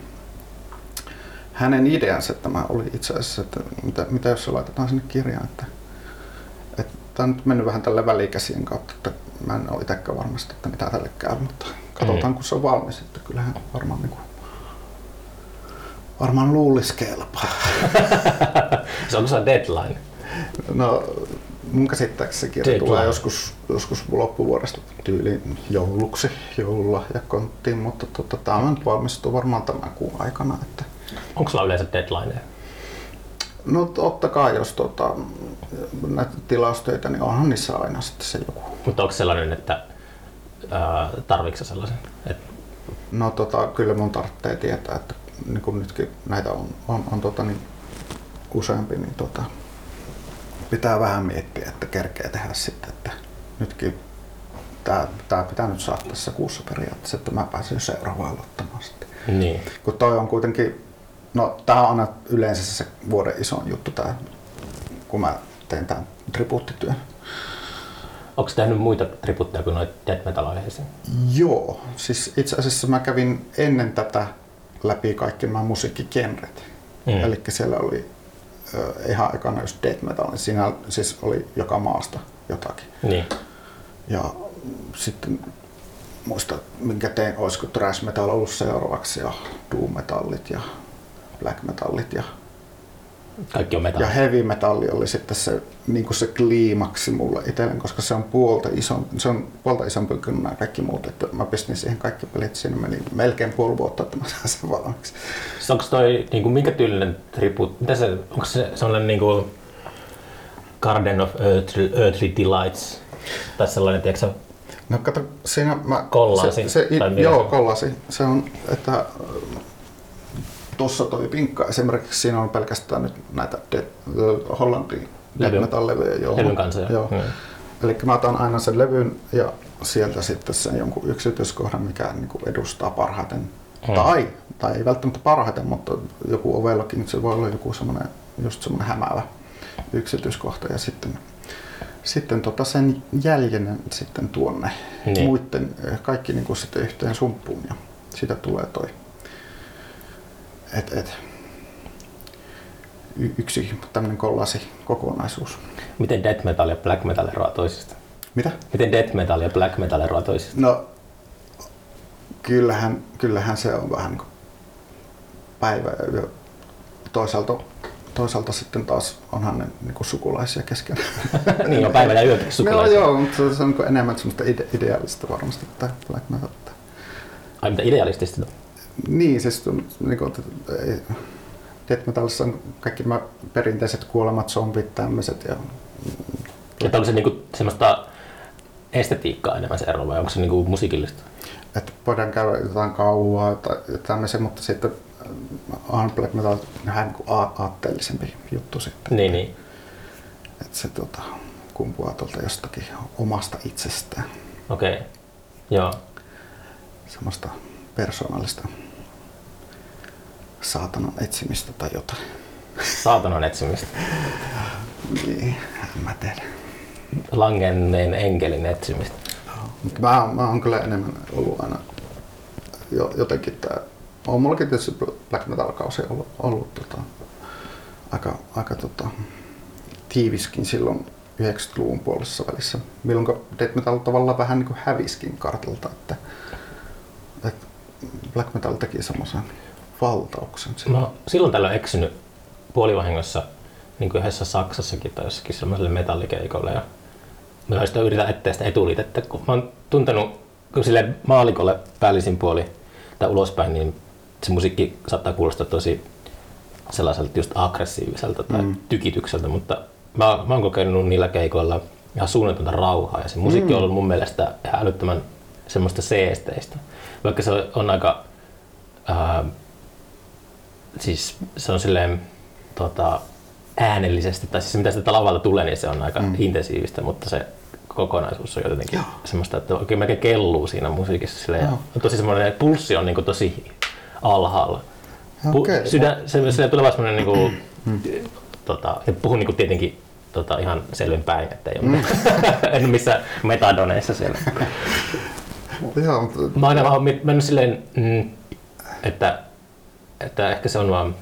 hänen ideansa tämä oli itse asiassa, että mitä, mitä jos se laitetaan sinne kirjaan, että, että tämä on nyt mennyt vähän tälle välikäsien kautta, että mä en ole itsekään varmasti, että mitä tälle käy, mutta katsotaan mm. kun se on valmis, että kyllähän varmaan niin kuin, varmaan luulisi kelpaa. Se onko se deadline? No mun käsittääkseni se kirja deadline tulee joskus, joskus loppuvuodesta tyyliin jouluksi, joululahjakonttiin, mutta tota, tämä nyt valmistuu varmaan tämän kuun aikana. Että onko sulla yleensä deadline? No totta kai, jos tota, näitä tilaustöitä, niin onhan niissä aina sitten se joku. Mutta onko sellainen, että ää, tarvitsetko sellaisen? Et... No tota, kyllä mun tarvitsee tietää, että niin kun nytkin näitä on, on, on tota, niin useampi, niin tota, pitää vähän miettiä, että kerkee tehdä sitten, että nytkin tää, tää pitää nyt saada tässä kuussa periaatteessa, että mä pääsen jo seuraavaan aloittamaan sitten. Niin. Kun toi on kuitenkin, no tää on aina yleensä se vuoden isoin juttu tää, kun mä teen tämän tribuuttityön. Onko tehnyt muita tribuutteja kuin noita death metal-aiheisiin? Joo, siis itse asiassa mä kävin ennen tätä läpi kaikki nämä musiikkigenret. Mm. Eli siellä oli äh, ihan ekana just death metal, niin siinä siis oli joka maasta jotakin. Niin. Ja sitten muista minkä tein, olisiko thrash metal ollut seuraavaksi ja doom metallit ja black metallit ja Kaikki on metalli. Ja heavy metalli oli sitten se, niin kuin se kliimaksi mulle itselleni, koska se on puolta, ison, se on puolta isompi kuin nämä kaikki muut. Että mä pistin siihen kaikki pelit, siinä meni melkein puoli vuotta, että mä saan sen valmiiksi. Onko toi, niin kuin, minkä tyylinen tribut, mitä se, onko se sellainen niin kuin Garden of Earthly, Earthly Delights tai sellainen, tiedätkö? No kato, siinä mä... Kollasi? Se, se, joo, kollasi. Se on, että tuossa toi pinkka esimerkiksi, siinä on pelkästään nyt näitä de, Hollantin death metal-levyjä. Levyn kanssa, joo. Mm. Eli mä otan aina sen levyn ja sieltä sitten sen jonkun yksityiskohdan, mikä niin kuin edustaa parhaiten. Mm. Tai, tai ei välttämättä parhaiten, mutta joku ovellakin, se voi olla joku semmoinen, just semmoinen hämäävä yksityiskohta. Ja sitten, sitten tota sen jäljen sitten tuonne niin. Muiden, kaikki niin kuin sitten yhteen sumppuun ja siitä tulee toi. Et, et. Y- yksi tämmöinen kollasi kokonaisuus. Miten death metal ja black metal eroaa toisista? Mitä? Miten death metal ja black metal eroaa toisista? No, kyllähän, kyllähän se on vähän niin kuin päivä ja yö. Toisaalta, toisaalta sitten taas onhan ne niin kuin sukulaisia kesken. Niin on päivä ja yö sukulaisia. No joo, mutta se on niin enemmän semmoista ide- ideaalista varmasti tämä black metal. Ai mitä idealistista? Niin, siis niin kuin, death metalissa on kaikki nämä perinteiset kuolemat, zombit, tämmöiset. Ja... Että onko se niinku semmoista estetiikkaa enemmän se ero vai onko se niinku musiikillista? Että voidaan käydä jotain kauaa tai tämmöisiä, mutta sitten on black metal vähän niin kuin aatteellisempi juttu sitten. Niin, niin. Että se tota, kumpuaa tuolta jostakin omasta itsestään. Okei, okay. Joo. Semmoista persoonallista saatanan etsimistä tai jotain. Saatanan etsimistä? Niin, en mä tiedä. Langenneen enkelin etsimistä. Mutta mä, mä oon kyllä enemmän ollut aina jo, jotenkin tää. On mullakin tietysti black metal-kausi ollut, ollut tota, aika, aika tota, tiiviskin silloin yhdeksänkymmentäluvun puolessa välissä, milloin death metal tavallaan vähän niin kuin häviskin kartalta, että, että black metal teki semmoisen valtauksen. Mä oon silloin tällöin eksynyt puolivahingossa niin kuin yhdessä Saksassakin tai jossakin semmoiselle metallikeikolle ja mä olen yritän etsiä sitä etuliitettä, kun mä oon tuntenut kun sille maalikolle päällisin puoli tai ulospäin, niin se musiikki saattaa kuulostaa tosi sellaiselta just aggressiiviselta tai mm. tykitykseltä, mutta mä, mä oon kokenut niillä keikoilla ihan suunnatonta rauhaa ja se musiikki mm. on ollut mun mielestä ihan älyttömän semmoista seesteistä. Vaikka se on aika, ää, siis se on silleen tota, äänellisesti, tai siis mitä sitä lavalta tulee, niin se on aika mm. intensiivistä, mutta se kokonaisuus on jotenkin Joo. semmoista, että oikein melkein kelluu siinä musiikissa. Silleen, ja tosi semmoinen pulssi on niin tosi alhaalla. Okay. Sydän, se, se tulee vaan semmoinen, niin kuin, mm. tota, ja puhun niin kuin tietenkin tota, ihan selvin päin, että ei ole mm. en missään metadoneissa siellä. Joo, mutta... Mä aina vaan mennyt silleen, että, että ehkä se on vaan,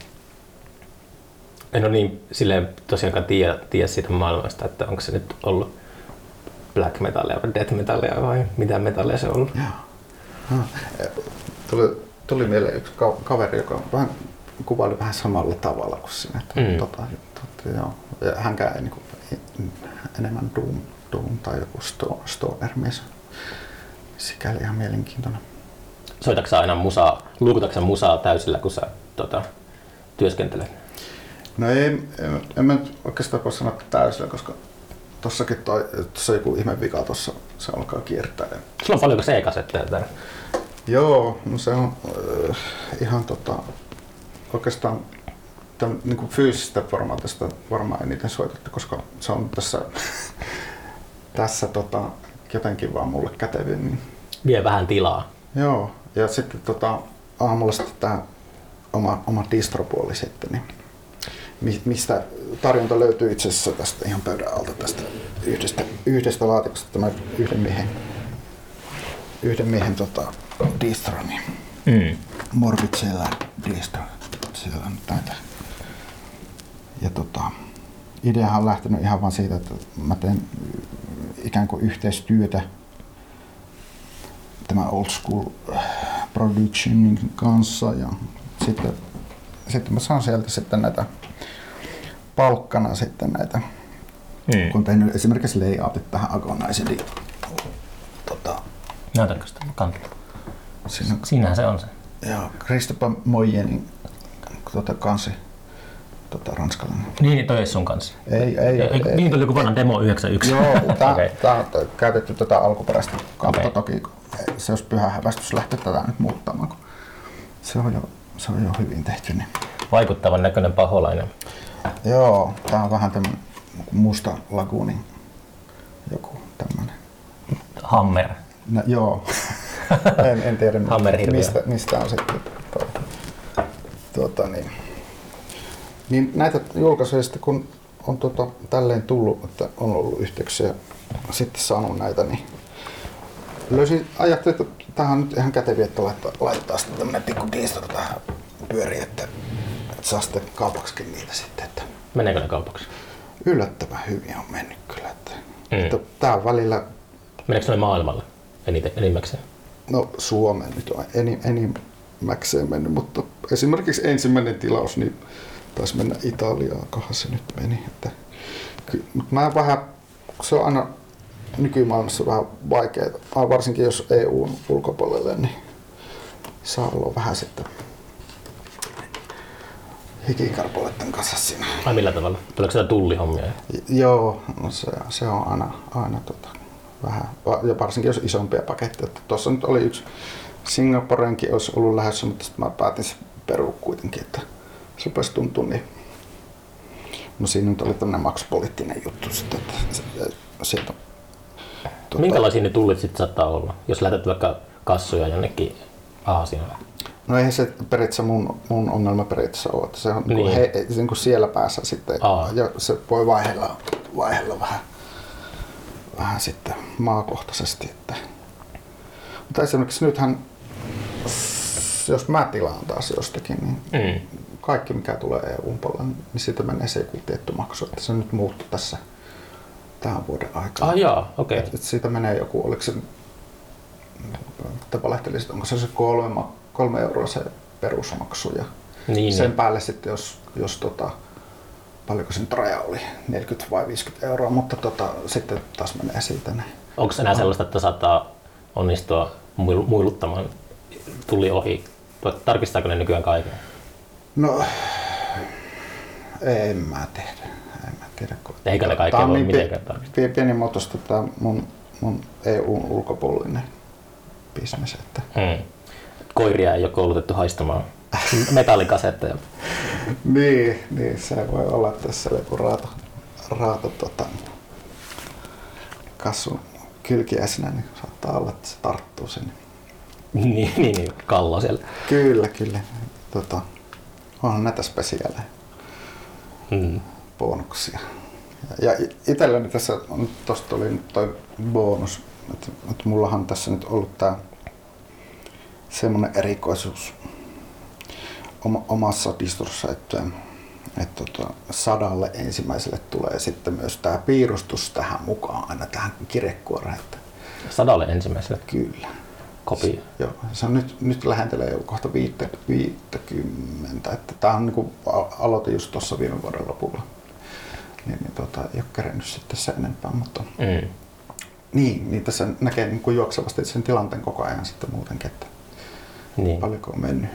en ole niin silleen tosiaankaan tiedä, tiedä siitä maailmasta, että onko se nyt ollut black metallia vai death metallia vai mitä metallia se on ollut. Joo. Tuli, tuli mieleen yksi kaveri, joka vähän kuvaili vähän samalla tavalla kuin sinä. Mm. Tota, tota, joo. Ja hänkään ei niin kuin, enemmän doom, doom tai joku stoner-mies. Sikäli ihan mielenkiintoinen. Soitatko aina musaa, luukutatko musaa täysillä, kun sä tota, työskentelet? No ei, en, en mä oikeastaan voi sanoa täysillä, koska tossakin toi, tossa joku ihme vika tossa, se alkaa kiertää. Sulla on paljonko C-kasetteja täällä? Joo, no se on äh, ihan tota, oikeastaan tämän, niin kuin fyysistä formaatista varmaan eniten soitettu, koska se on tässä, tässä tota, jotenkin vaan mulle kätevin. Niin. Vie vähän tilaa. Joo, ja sitten tota, aamulla sitten tää oma, oma distropuoli sitten, niin mistä tarjonta löytyy itse asiassa tästä ihan pöydän alta tästä yhdestä, yhdestä laatikosta, tämä yhden miehen, yhden miehen tota, distro, niin mm. Morbid Cellar distro, siellä on näitä. Ja tota, ideahan on lähtenyt ihan vaan siitä, että mä teen ikään kuin yhteistyötä tämä Old School Productionin kanssa ja sitten, sitten mä saan sieltä sitten näitä palkkana sitten näitä, mm. kun tehnyt esimerkiksi layoutit tähän Agonizediin. Tota, näytätkö sitä kantaa? Siinä, Siinähän se on se. Joo, Christophe Moyenin tota, kansi. Tota, ranskalainen. Niin, toi ei sun kanssa. Ei, ei, ei. ei niin tuli joku vanha demo yhdeksänkymmentäyksi. Joo, tää, okay. tää on käytetty tätä alkuperäistä kautta okay. Toki. Se olisi pyhä hävästys lähteä tätä nyt muuttamaan, kun se on jo, se on jo hyvin tehty. Niin. Vaikuttavan näköinen paholainen. Joo, tää on vähän tämmönen musta laguuni. Joku tämmönen. Hammer. No, joo. en, en tiedä mistä, mistä on sitten. Tuota, niin. Niin näitä julkaisuja sitten kun on tuota, tälleen tullut, että on ollut yhteyksiä ja sitten saanut näitä, niin löysin, ajattelin, että tähän on nyt ihan käteviä, että laittaa, laittaa sitten tämmönen pikku kiisto tähän pyöriin, että, että saa sitten kaupaksikin niitä sitten. Että meneekö ne kaupaksi? Yllättävän hyvin on mennyt kyllä. Että, mm. että tää on välillä. Meneekö ne maailmalle enimmäkseen? No Suomeen nyt on enimmäkseen mennyt, mutta esimerkiksi ensimmäinen tilaus, niin taisi mennä Italiaan, kohan se nyt meni. Että, mutta mä vähän, se on aina nykymaailmassa vähän vaikeaa, varsinkin jos E U:n ulkopuolelle, niin saa olla vähän sitten hikikarpoleiden kanssa siinä. Ai millä tavalla? Tuleeko sitä tullihommia? Joo, no se, se on aina, aina tota, vähän, ja varsinkin jos isompia paketteja. Tuossa nyt oli yksi, Singaporenkin olisi ollut lähdössä, mutta sitten mä päätin se perua kuitenkin, että se rupesi tuntua niin. No siinä nyt oli tämmöinen maksupoliittinen juttu sitten, että sieltä. Tuota, minkälaisia ne tullit sitten saattaa olla, jos lähetät vaikka kassoja jonnekin Aasiaan? No eihän se periaatteessa mun, mun ongelma periaatteessa ole, että se on niin. He, niin kuin siellä päässä sitten, Aa. ja se voi vaihella, vaihella vähän, vähän sitten maakohtaisesti. Että. Mutta esimerkiksi nythän, jos mä tilaan taas jostakin, niin mm. kaikki mikä tulee E U:n puolella, niin siitä menee se joku tietty maksu, että se nyt muuttui tässä tämän vuoden aikana. Ah jaa, okei. Okay. Siitä menee joku, oliko se, että valehtelisit, onko se se kolme, kolme euroa se perusmaksu ja niin, sen niin. päälle sitten, jos, jos tota, paljonko sen raja oli, neljäkymmentä vai viisikymmentä euroa, mutta tota, sitten taas menee siitä. Niin. Onko enää sellaista, että saattaa onnistua muiluttamaan tuli ohi? Tarkistaako ne nykyään kaiken? No, en mä tiedä. En mä tiedä eikä ne kaikkea voi niin mitenkään tarkistaa. Pienimuotoista tämä mun, mun E U:n ulkopuolinen bisnes. Että. Hmm. Koiria ei ole koulutettu haistamaan metallikasetteja. niin, niin, se voi olla tässä joku raato, raato tota, kasvun kylkiäisenä, niin saattaa olla, että se tarttuu sinne. niin, niin, niin, kallo siellä. Kyllä, kyllä. Tota, onhan näitä spesiaaleja. Hmm. Bonuksia. Ja itselläni tässä, tuosta tuli nyt toi bonus, että, että mullahan tässä nyt ollut tää semmonen erikoisuus oma, omassa distrossa, että, että tota, sadalle ensimmäiselle tulee sitten myös tää piirustus tähän mukaan aina tähän kirjekuoreen. Sadalle ensimmäiselle? Kyllä. Kopio? Joo, se on nyt, nyt lähentelee jo kohta viittäkymmentä, että tää on niinku aloite just tuossa viime vuoden lopulla. Niin, niin tota, ei ole kerennyt sitten sen enempää, mutta mm. niin, niin tässä näkee niin kuin juoksevasti sen tilanteen koko ajan sitten muutenkin, että niin. Paljonko on mennyt.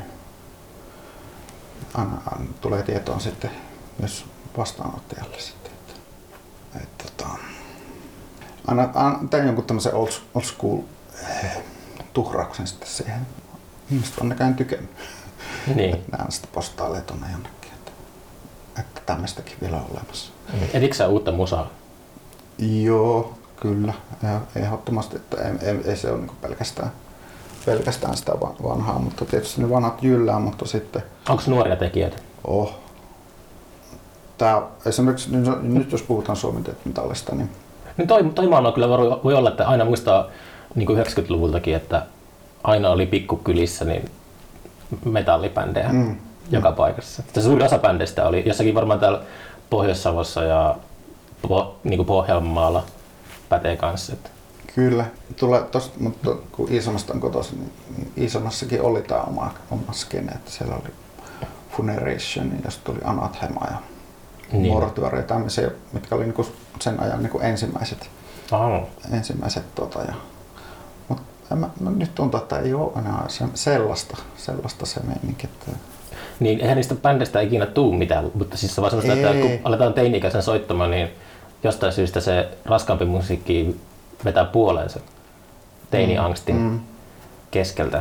Aina, aina tulee tietoon sitten myös vastaanottajalle sitten, että, että, että aina, aina teen jonkun tämmöisen old, old school eh, tuhrauksen sitten siihen. Ihmiset on näköjään tykännyt. Niin. Näen sitten postaalia tuonne jonnekin, että, että tämmöistäkin vielä on olemassa. Editkö sä uutta musaa? Joo, kyllä. Ehdottomasti, että ei, ei, ei se ole niin pelkästään, pelkästään sitä vanhaa, mutta tietysti ne vanhat jyllää, mutta sitten. Onko nuoria tekijöitä? Oh. Tää, esimerkiksi nyt jos puhutaan Suomen metallista, niin. niin toi, toi maan on kyllä voi olla, että aina muistaa niin kuin yhdeksänkymmentäluvultakin, että aina oli pikkukylissä niin metallibändejä mm. joka mm. paikassa. Se suuri osa bändeistä oli jossakin varmaan täällä Pohjois-Savossa ja po, niin kuin Pohjanmaalla pätee kanssa. Että. Kyllä. Tulee tosta, mutta kun Iisalmasta on kotoisin, niin Iisalmassakin oli tämä oma, oma skene, että siellä oli Funeration, josta tuli Anathema ja niin. Mortuaria ja tämmöisiä, mitkä oli niinku sen ajan niinku ensimmäiset. Oh. ensimmäiset tota, ja, mut mä, mä, nyt tuntuu, että ei ole enää se, sellaista, sellaista se meininki. Että... Niin, eihän niistä bändeistä ikinä tuu mitään, mutta siis se vaan sellaista, että kun aletaan teini-ikäisen soittamaan, niin jostain syystä se raskaampi musiikki vetää puoleensa teini-angstin mm. keskeltä.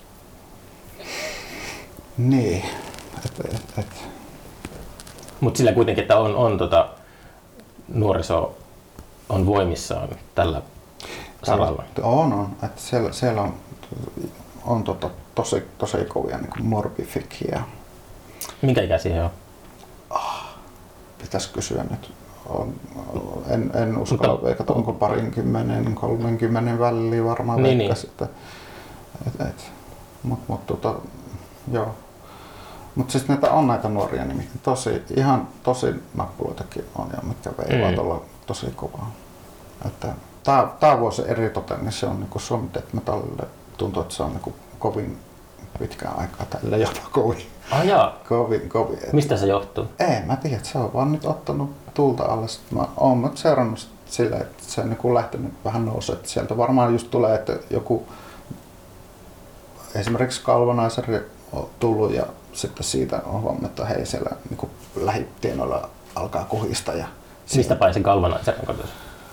Niin. Et, et, et. Mutta sillä kuitenkin, että on, on tota, nuoriso on voimissaan tällä saralla. On, on. Että siellä, siellä on, on tota, tosi, tosi kovia niin Morbificia. Minkä ikäisiä on? Ah, pitäisi kysyä nyt. On, en, en uskalla veikata, onko parinkymmenen, kolmenkymmenen väliin varmaan niin, veikkaisi. Niin. Et, et. Mut, mut, tota, joo. Mutta siis näitä on näitä nuoria nimiä. Tosi, ihan tosi nappuloitakin on ja mitkä veivaa mm. olla tosi kovaa. Että tää, tää vuosi eritoten, niin se on niinku Suomi Death Metalille tuntuu, että se on niinku kovin pitkään aikaa tälle jopa kovin. Ah jaa. kovin, kovin. Et... Mistä se johtuu? Ei, mä tiedän, se on vaan nyt ottanut tulta alle. Sitten mä oon seurannut silleen, että se on niinku lähtenyt vähän nousemaan. Sieltä varmaan just tulee, että joku esimerkiksi Kalvanaisari on tullut ja sitten siitä on huomannut, että hei siellä niinku lähitienoilla alkaa kuhista. Ja mistä päin sen Kalvanaisarin kotoisin?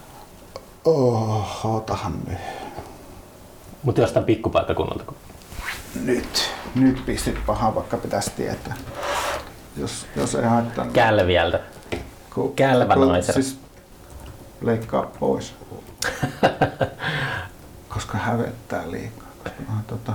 Oh, otahan nyt. Mutta jostain pikkupaikkakunnalta. Nyt. Nyt pistit pahaa, vaikka pitäisi tietää. Jos, jos ei haittaa. Kälviältä. Kälvänaisera. Siis leikkaa pois. Koska hävettää liikaa. Koska, tota,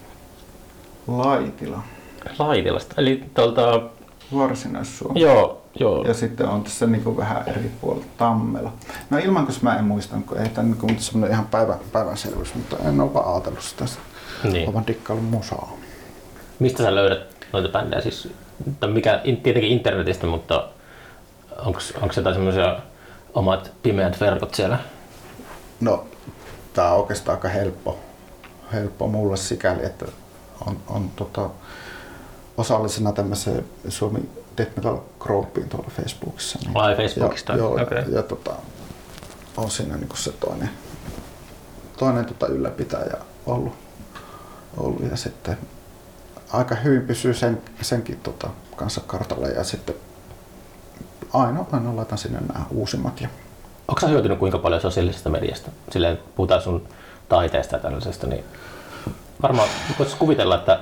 Laitila. Laitilasta. Eli tuolta... Varsinais-Suomi. Joo, joo. Ja sitten on tässä niinku vähän eri puolella Tammela. No ilman, koska mä en muista, kun ei tämä niinku semmoinen ihan päivä, päivänselvyys, mutta en ole vaan ajatellut sitä. Niin. Olen dikkaillut musaa. Mistä sä löydät noita bändejä? Siis, mikä, tietenkin internetistä, mutta onko jotain semmoisia omat pimeät verkot siellä? No, tää on oikeastaan aika helppo, helppo mulle sikäli, että on, on tota, osallisena tämmöiseen Suomi Death Metal Groupiin tuolla Facebookissa. Niin, Ai Facebookista? Ja, joo, okay. ja, ja tota, on siinä niinku se toinen, toinen tota ylläpitäjä ollut, ollut ja sitten aika hyvin pysyy sen, senkin tota, kanssa kartalle ja sitten aina, aina laitan sinne nämä uusimmat. Ja... Onko sä hyötynyt kuinka paljon sosiaalisesta mediasta? Silleen puhutaan sun taiteesta ja tällaisesta, niin varmaan voisi kuvitella, että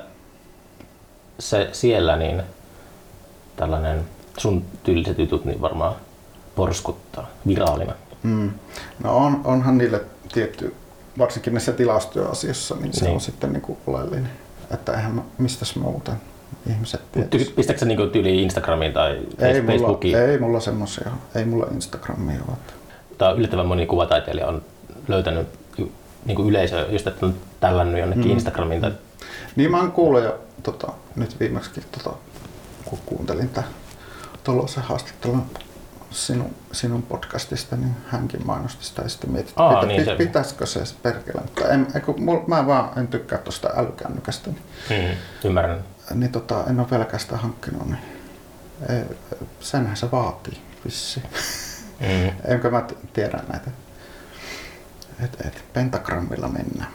se siellä niin tällainen sun tyyliset jutut niin varmaan porskuttaa viraalina. Mm. No on, onhan niille tietty, varsinkin näissä tilastoasioissa, niin se niin. on sitten niinku oleellinen. Että eihän mä, mistäs muuten ihmiset tietysti. Pistätkö sä niinku tyyliin Instagramiin tai ei Facebookiin? Mulla, ei mulla semmosia, ei mulla Instagramia ole. Tää yllättävän moni kuvataiteilija on löytänyt niinku yleisöä just, että on tällännyt jonnekin mm. Instagramiin. Tai... Niin mä oon kuullut jo tota, nyt viimeksikin, tota, kun kuuntelin tää tuollaisen haastattelun sinun, sinun podcastista, niin hänkin mainosti sitä ja sitten mietin, Aa, pitä, niin pit, pitäisikö se perkele, mutta en, kun, mä vaan en tykkää tuosta älykännykästä. Niin, mm, ymmärrän. Niin tota, en ole vieläkään sitä hankkinut, niin ei, senhän se vaatii vissiin. Mm. Enkö mä tiedä näitä. Et, et, pentagrammilla mennään.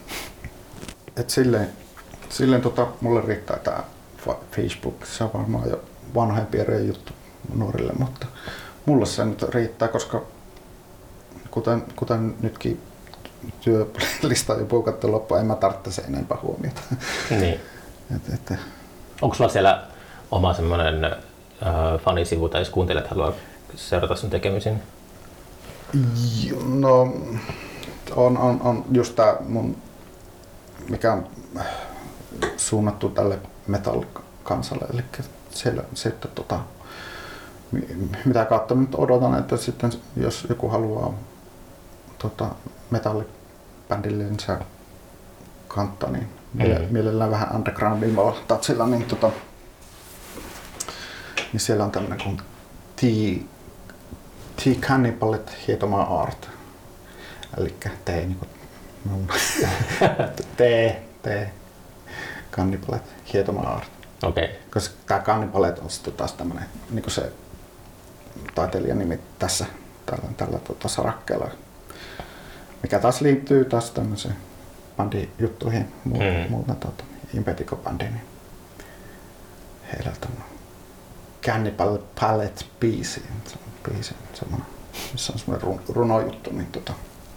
Et silleen, silleen tota, mulle riittää tää Facebook, se on varmaan jo vanhempien juttu nuorille, mutta mulle se nyt riittää, koska kuten, kuten nytkin työlista on jo puukattu loppuun, en mä tarvitse sen enempää huomiota. Niin. et, et, Onko sulla siellä oma semmoinen äh, fanisivu tai jos kuuntelijat haluaa seurata sun tekemisiin? No on, on, on just tää mun, mikä on suunnattu tälle metal-kansalle, eli siellä sitten tota, mitä kautta nyt odotan, että sitten jos joku haluaa tota, metallibändillensä kantaa, niin mm-hmm. mielellään vähän undergroundilla tatsilla, niin, tota, niin siellä on tämmönen kuin T-Cannibalit hietomaa art. Elikkä T niinku T, T, Cannibalit hietomaa art. Okay. Koska tää Cannibalit on sitten taas tämmönen niinku se taiteilijan nimi tässä tällä, tällä tota, sarakkeella, mikä taas liittyy taas tämmöiseen bandijuttuihin, mm. muuta tota, Impetigo-bandi, niin heillä on Cannibal Palette-biisi, biisi, semmoinen, missä on semmoinen runojuttu, niin tota,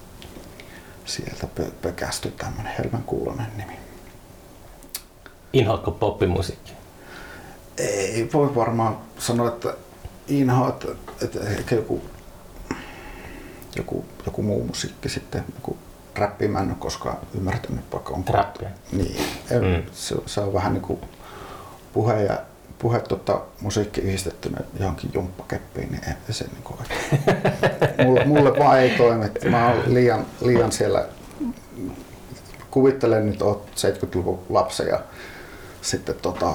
sieltä pö- pökästyi tämmöinen Helmen kuulonen nimi. Inhoatko poppimusiikkia? Ei voi varmaan sanoa, että inhoat, että ehkä joku, joku, joku muu musiikki sitten, joku räppi mä en ole koskaan ymmärtänyt, vaikka on räppiä. Niin, mm. se, se on vähän niin kuin puhe ja puhe tota, musiikki yhdistettynä johonkin jumppakeppiin, niin ei se niin kuin mulle, mulle vaan ei toimi. Mä oon liian, liian siellä, kuvittelen nyt oot seitsemänkymmentäluvun lapsen ja sitten tota,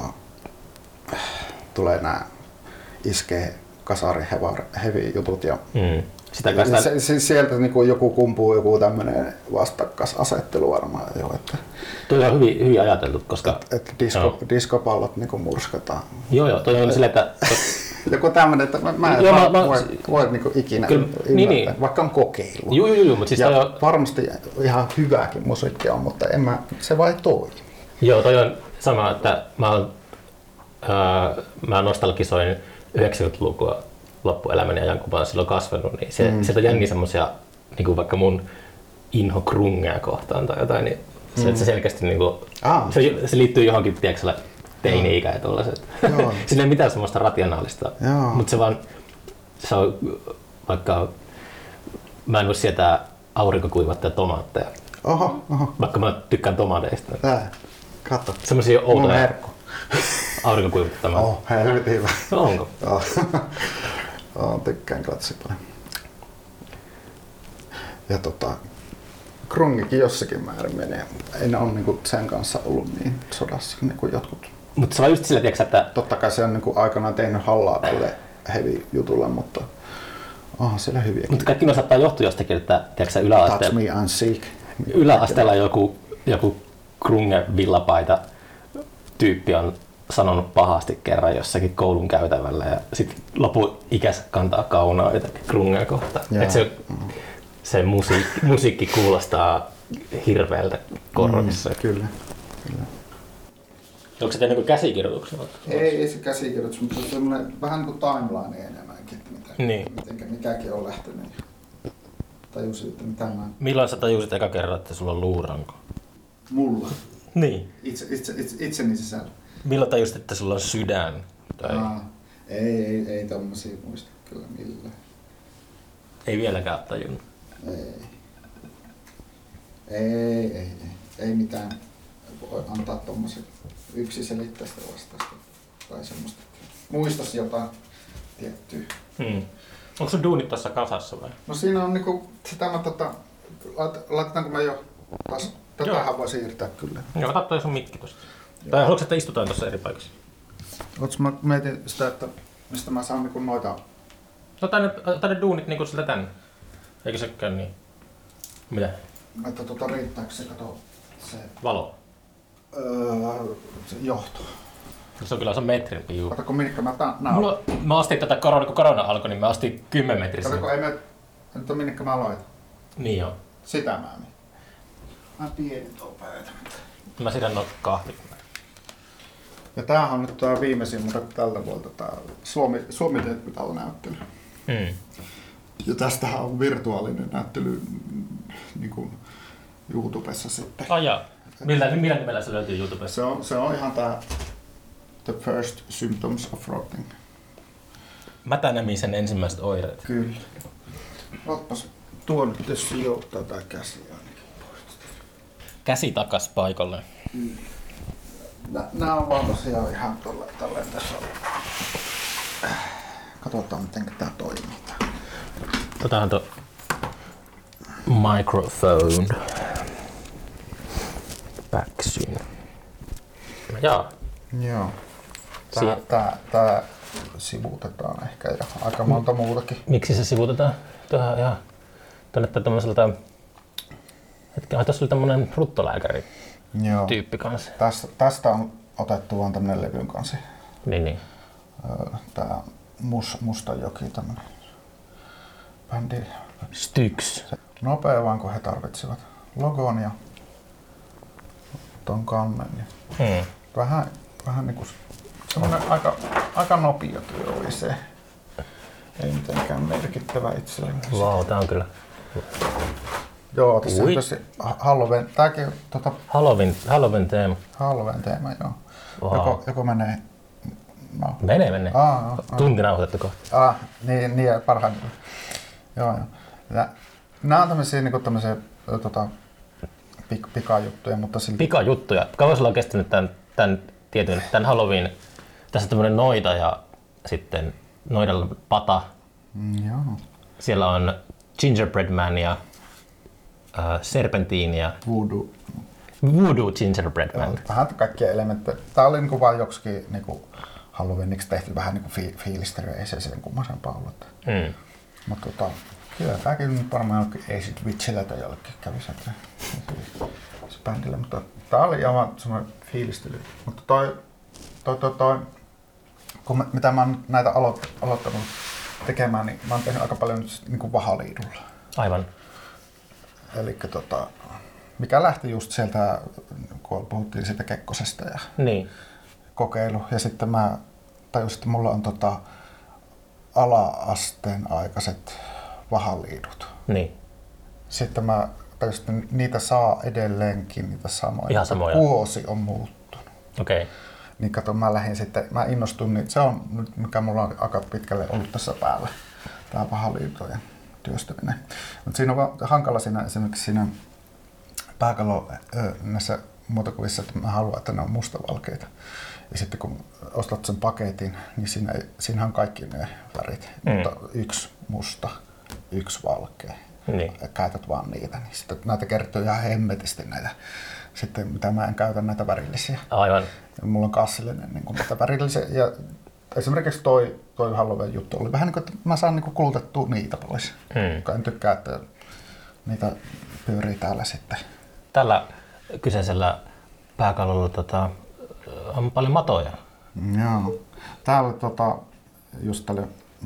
tulee nää iskee kasari heavy jutut ja mm. Sitä sitä... se, se, sieltä niinku joku kumpuu joku tämmönen vastakkaisasettelu varmaan jo, että toi on hyvin, hyvin ajateltu, koska että et disco, no. diskopallot niinku murskataan. Joo joo, toi on silleen, että joku tämmönen, että mä, mä en joo, mä, voi, voi niinku ikinä kyllä, ymmärtää, niin, niin. Vaikka on kokeilu. Joo joo joo, mutta siis ja toi on... varmasti ihan hyvääkin musiikkia on, mutta en mä, se vai toimi. Joo, toi on sama, että mä, oon, ää, mä nostalgisoin yhdeksänkymmentälukua loppuelämäni ajan, kun mä oon silloin kasvanut, niin se, mm. sieltä on jengi semmosia, niin kuin vaikka mun inho grungea kohtaan tai jotain, niin se, mm. se selkeästi niin kuin, ah. se, se liittyy johonkin, tiedätkö, teini-ikä ja tollaiset. Sillä ei mitään semmoista rationaalista, mutta se vaan, se on vaikka, mä en voi sietää aurinkokuivattuja tomaatteja, oho, oho. vaikka mä tykkään tomaateista. Tää, katso. Semmosia outoja aurinkokuivattuja tomaatteja. Oh, helvetin hyvä. No, onko? Oh, tykkään katsi paljon. Ja tota, grungikin jossakin määrin menee, mutta en ole niinku sen kanssa ollut niin sodassa niin kuin jotkut. Mutta se on just sillä, tiiäks, että... Totta kai se on niinku aikanaan tehnyt hallaa tälle heavy jutulle, mutta onhan siellä hyviäkin. Mutta kaikki ne saattaa johtua jostakin, että tiiäks, yläasteella... Touch me and seek. Yläasteella joku, joku grunge villapaita tyyppi on sanonut pahasti kerran jossakin koulun käytävällä ja sitten lopun ikänsä kantaa kaunaa jotakin grungea kohtaan. Et se, se musiikki, musiikki kuulostaa hirveältä korvissa. Mm, kyllä, kyllä. Onko se tehnyt niin käsikirjoituksia? Ei, ei se käsikirjoitus, mutta se on semmoinen vähän niin kuin timeline enemmänkin, mitä, niin. mitenkä mikäkin on lähtenyt. Tajusin, että mitä mä... Milloin sä tajusit eka kerran, että sulla on luuranko? Mulla? Niin. Itse, itse, itse, itseni sisällä. Milloin tajusit, että sulla on sydän? Tai... Aa, ei, ei, ei tommosia muista kyllä millään. Ei vieläkään ole tajunnut? Ei. Ei, ei, ei. Ei mitään voi antaa tommosen yksiselitteistä vastausta tai semmoista. Muistas jotain tiettyä. Hmm. Onko sun duunit tuossa kasassa vai? No siinä on niinku, sitä mä tota, laitetaanko mä jo taas, tätähän voi siirtää kyllä. Joo, ota toi sun mikki tosta. Tai haluatko, että istutaan tuossa eri paikassa? Ots mä mietin sitä, että mistä mä saan niinku noita... Ota ne, ota ne duunit niinku siltä tänne. Eikö se käy niin? Mitä? Että tota riittääkö se, kato se... Valo? Öö, se johto. Se on kyllä se on metrin juu. Katako minkä mä tän näen? Mulla, mä astin tätä korona, kun korona alkoi, niin mä astin kymmen metrisen. Katako ei me... Nyt on minkä mä laitan. Niin joo. Sitä mä mietin. Mä pieni tuo pöytä. Mä siirrän noin kahvit. Ja tämähän on nyt tää viimeisin, mutta tältä vuolta tää Suomi, Suomi näyttely. Mm. Ja tästähän on virtuaalinen näyttely niin kuin YouTubessa sitten. Ai jaa. Millä, millä nimellä se löytyy YouTubessa? Se on, se on ihan tää The First Symptoms of Rotting. Mätänemisen ensimmäiset oireet. Kyllä. Otpas tuo nyt tietysti jouttaa tää käsi ainakin pois. Käsi takas paikalle. Mm. Nää on vaan tosiaan ihan tolleen, tolleen tässä on. Katsotaan miten tää toimii. Otahan tuo microphone. Backsyn. Jaa. Joo. Tää, Sie- tää, tää sivuutetaan ehkä ja aika monta muutakin. Miksi se sivuutetaan? Tuohon ihan tuonne tämmöiseltä... Hetken, tässä oli tämmönen bruttolääkäri tyyppi kanssa. Tästä, tästä on otettu vaan tämmönen levyn kanssa. Niin, niin. Tää mus, Mustajoki, tämmönen bändi. Styx. Nopea vaan, kun he tarvitsivat logon ja ton kannen. Hmm. Vähän, vähän niinku semmonen aika, aika nopea työ oli se. Ei mitenkään merkittävä itselleni. Vau, tää on kyllä. Joo, tässä on tosi Halloween, tääkin tota... Halloween, Halloween teema. Halloween teema, joo. Wow. Joko, joko menee... No. Menee, menee. Aa, aa, Tunti nauhoitettu kohta. Ah, niin, niin parhaimmillaan. Joo, joo. Ja, nää on tämmösiä niinku tämmösiä tota, pik, pikajuttuja, mutta silti... Pikajuttuja. Kauan sulla on kestänyt tän, tän tietyn, tän Halloween? Tässä on tämmönen noita ja sitten noidalla pata. Mm, joo. Siellä on Gingerbread Man ja äh, serpentiinia. Voodoo. Voodoo Gingerbread Man. Joo, vähän kaikkia elementtejä. Tää oli niinku vaan joksikin niinku Halloweeniksi tehty vähän niinku fi- fiilistelyä, ei se sen kummasempaa ollut. Mm. Mutta tota, kyllä tääkin nyt varmaan jollekin Acid Witchillä tai jollekin kävi se, se bändillä, mutta tää oli aivan semmoinen fiilistely. Mutta toi, toi, toi, toi kun mä, mitä mä oon näitä aloit, aloittanut tekemään, niin mä oon tehnyt aika paljon nyt niinku vahaliidulla. Aivan. Elikkä tota, mikä lähti just sieltä, kun puhuttiin siitä Kekkosesta ja niin. kokeilu. Ja sitten mä tajusin, että mulla on tota ala-asteen aikaiset vahaliidut. Niin. Sitten mä tajusin, että niitä saa edelleenkin, niitä samoja. Ihan samoja. Vuosi on muuttunut. Okei. Okay. Niin kato, mä lähdin sitten, mä innostuin, niin se on nyt, mikä mulla on aika pitkälle ollut tässä päällä, tää vahaliitojen työstäminen. Mutta siinä on vaan hankala siinä, esimerkiksi siinä pääkallo näissä muotokuvissa, että mä haluan, että ne on mustavalkeita. Ja sitten kun ostat sen paketin, niin siinä, siinä on kaikki ne värit, mm. mutta yksi musta, yksi valkea. Niin. Käytät vaan niitä, niin sitten näitä kertyy ihan hemmetisti näitä, sitten mitä mä en käytä näitä värillisiä. Aivan. Ja mulla on kassillinen niin näitä värillisiä. Ja esimerkiksi toi, toi Halloween juttu oli vähän niin kuin, että mä saan niin kuin kulutettua niitä pois. Mm. En tykkää, että niitä pyörii täällä sitten. Tällä kyseisellä pääkallolla tota, on paljon matoja. Joo. Täällä tota, just tälle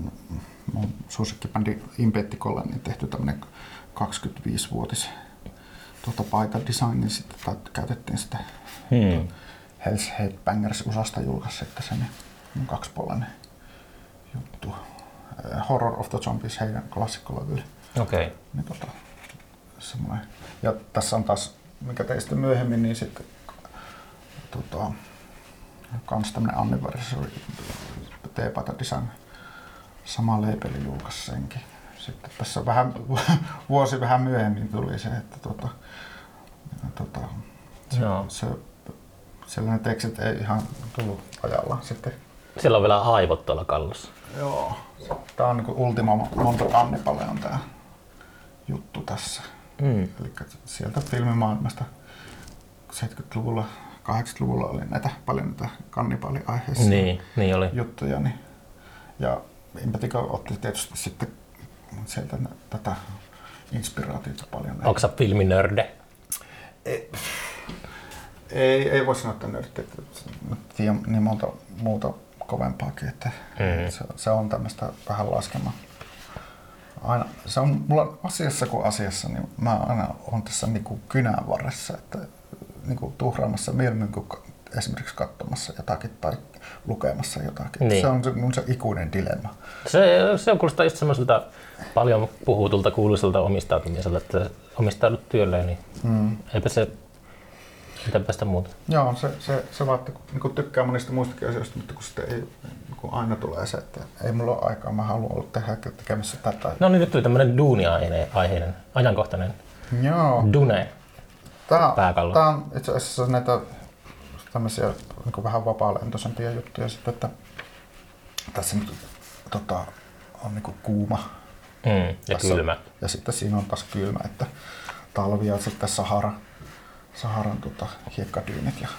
mun suosikkibändi Impetikolle niin tehty tämmönen kaksikymmentäviisivuotis tuota, paikan design, niin sitten käytettiin sitä hmm. Hell's Headbangers Usasta julkaisi sitten sen niin kaksipuolinen juttu. Horror of the Zombies heidän klassikkolevyyllä. Okei. Okay. Niin, tota, semmoinen. Ja tässä on taas, mikä tein sitten myöhemmin, niin sitten tota, kans tämmönen anniversary teepaita design. Sama labeli julkaisi senkin. Sitten tässä vähän, vuosi vähän myöhemmin tuli se, että tota, tota, se, se, sellainen tekstit ei ihan tullut ajallaan sitten. Siellä on vielä aivot tuolla kallossa. Joo. Tää on niinku Ultima Monta Kannibale on tää juttu tässä. Mm. Eli sieltä filmimaailmasta seitsemänkymmentäluvulla, kahdeksankymmentäluvulla oli näitä paljon näitä kannibaaliaiheisia niin, niin oli. juttuja. Niin, ja Impetico otti tietysti sitten sieltä tätä inspiraatiota paljon. Onko sä filminörde? Ei, ei, ei voi sanoa, että nörtti. Tiedän niin monta muuta kovempaakin, että mm-hmm. se, se on tämmöistä vähän laskemaa. Aina, se on mulla asiassa kuin asiassa, niin mä aina on tässä niinku kynän varressa, että niinku tuhraamassa mieluummin kuin esimerkiksi katsomassa jotakin tai lukemassa jotakin. Niin. Se on se, se ikuinen dilemma. Se, se on kuulostaa just semmoiselta paljon puhutulta kuuluiselta omistautumiselta, että omistaudut työlleen, niin mm. eipä se mitäpä sitä muuta. Joo, se, se, se vaan, että niin tykkää monista muistakin asioista, mutta kun sitten ei, niin aina tulee se, että ei mulla ole aikaa, mä haluan olla tehdä tekemässä tätä. No niin, nyt tuli tämmönen duuni-aiheinen, ajankohtainen Joo. Dune tää, pääkallo. Tää on itse asiassa näitä tämmöisiä niin vähän vapaalentoisempia juttuja sitten, että tässä nyt tota, on niin kuuma mm, ja tässä, kylmä. Ja sitten siinä on taas kylmä, että talvi ja sitten Sahara, Saharan tota, hiekkadyynet. Ja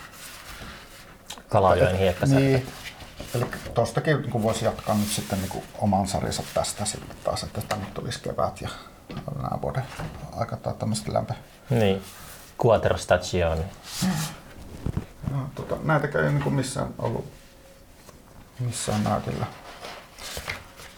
Kalajoen hiekkasärkä. Niin, eli tostakin niin voisi jatkaa nyt sitten niin oman sarjansa tästä sitten taas, että tänne tulisi kevät ja nämä vuoden aika tämmöistä lämpöä. Niin, Quattro Stagioni. No, tota, näitäkään ei niin missään ollut missään näytillä.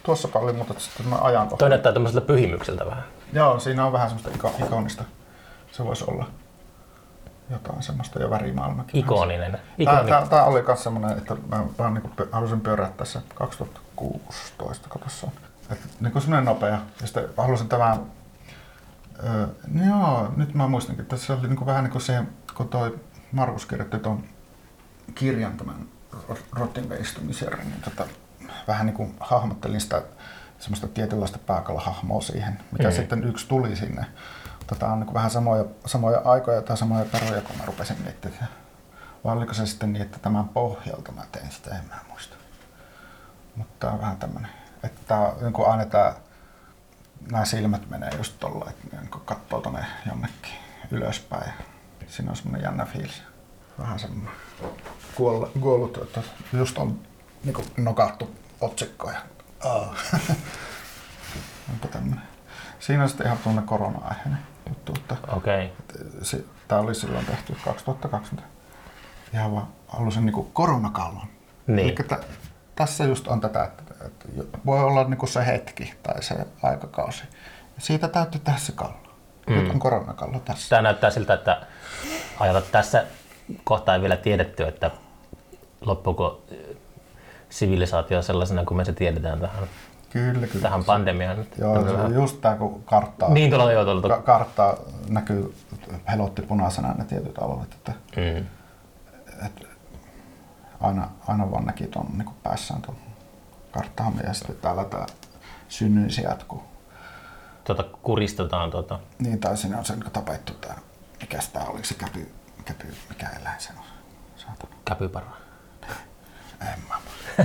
tuossapa oli muuta sitten ajankohta. Toi näyttää tämmöiseltä pyhimykseltä vähän. Joo, siinä on vähän semmoista ikonista. Se voisi olla jotain semmoista ja värimaailmakin. Ikoninen. Tää, tää, tää oli myös semmoinen, että mä vaan niinku halusin pyöräyttää se kaksituhattakuusitoista, kun tossa on. Että niinku semmoinen nopea. Ja sitten halusin tämän... Öö, joo, nyt mä muistankin, että se oli niinku vähän niinku siihen, kun toi Markus kirjoitti ton kirjan tämän Rottingveistumisjärjen, niin tota, vähän niinku hahmottelin sitä semmoista tietynlaista pääkallahahmoa siihen, mikä mm. sitten yksi tuli sinne. Tämä on niin vähän samoja, samoja aikoja tai samoja taroja, kun mä rupesin miettimään. Vai oliko se sitten niin, että tämän pohjalta mä tein sitä, en mä muista. Mutta tää on vähän tämmönen, että tää, niin aina tää, nämä silmät menee just tolla, että niin katsoo tonne jonnekin ylöspäin. Siinä on semmonen jännä fiilis. Vähän semmonen kuollut, että just on niin nokattu otsikkoja. Oh. Onko tämmönen? Siinä on sitten ihan tuollainen korona-aiheinen juttu. Okei. Okay. Tää oli silloin tehty kaksituhattakaksikymmentä. Ihan vaan halusin niinku koronakallon. Niin. Elikkä t- tässä just on tätä, että, että voi olla niinku se hetki tai se aikakausi. Ja siitä täytyy tehdä se kallo. Mm. Nyt on koronakallo tässä. Tää näyttää siltä, että ajatat tässä kohtaa ei vielä tiedetty, että loppuuko sivilisaatio sellaisena kuin me se tiedetään tähän. Kyllä, kyllä. Tähän pandemiaan. Joo, se on just tää, kun karttaa, niin, tuolla, joo, tuolla. Ka- karttaa näkyy helotti punaisena ne tietyt alueet. Että, mm. et, aina, aina vaan näki tuon niin päässään tuon karttahamme ja sitten täällä tää synnyisi jatkuu. Tuota kuristetaan tuota. Niin, tai siinä on se niin tapettu tää, mikäs tää oliko se käpy, käpy mikä eläin se on? Saatana. Käpypara. En mä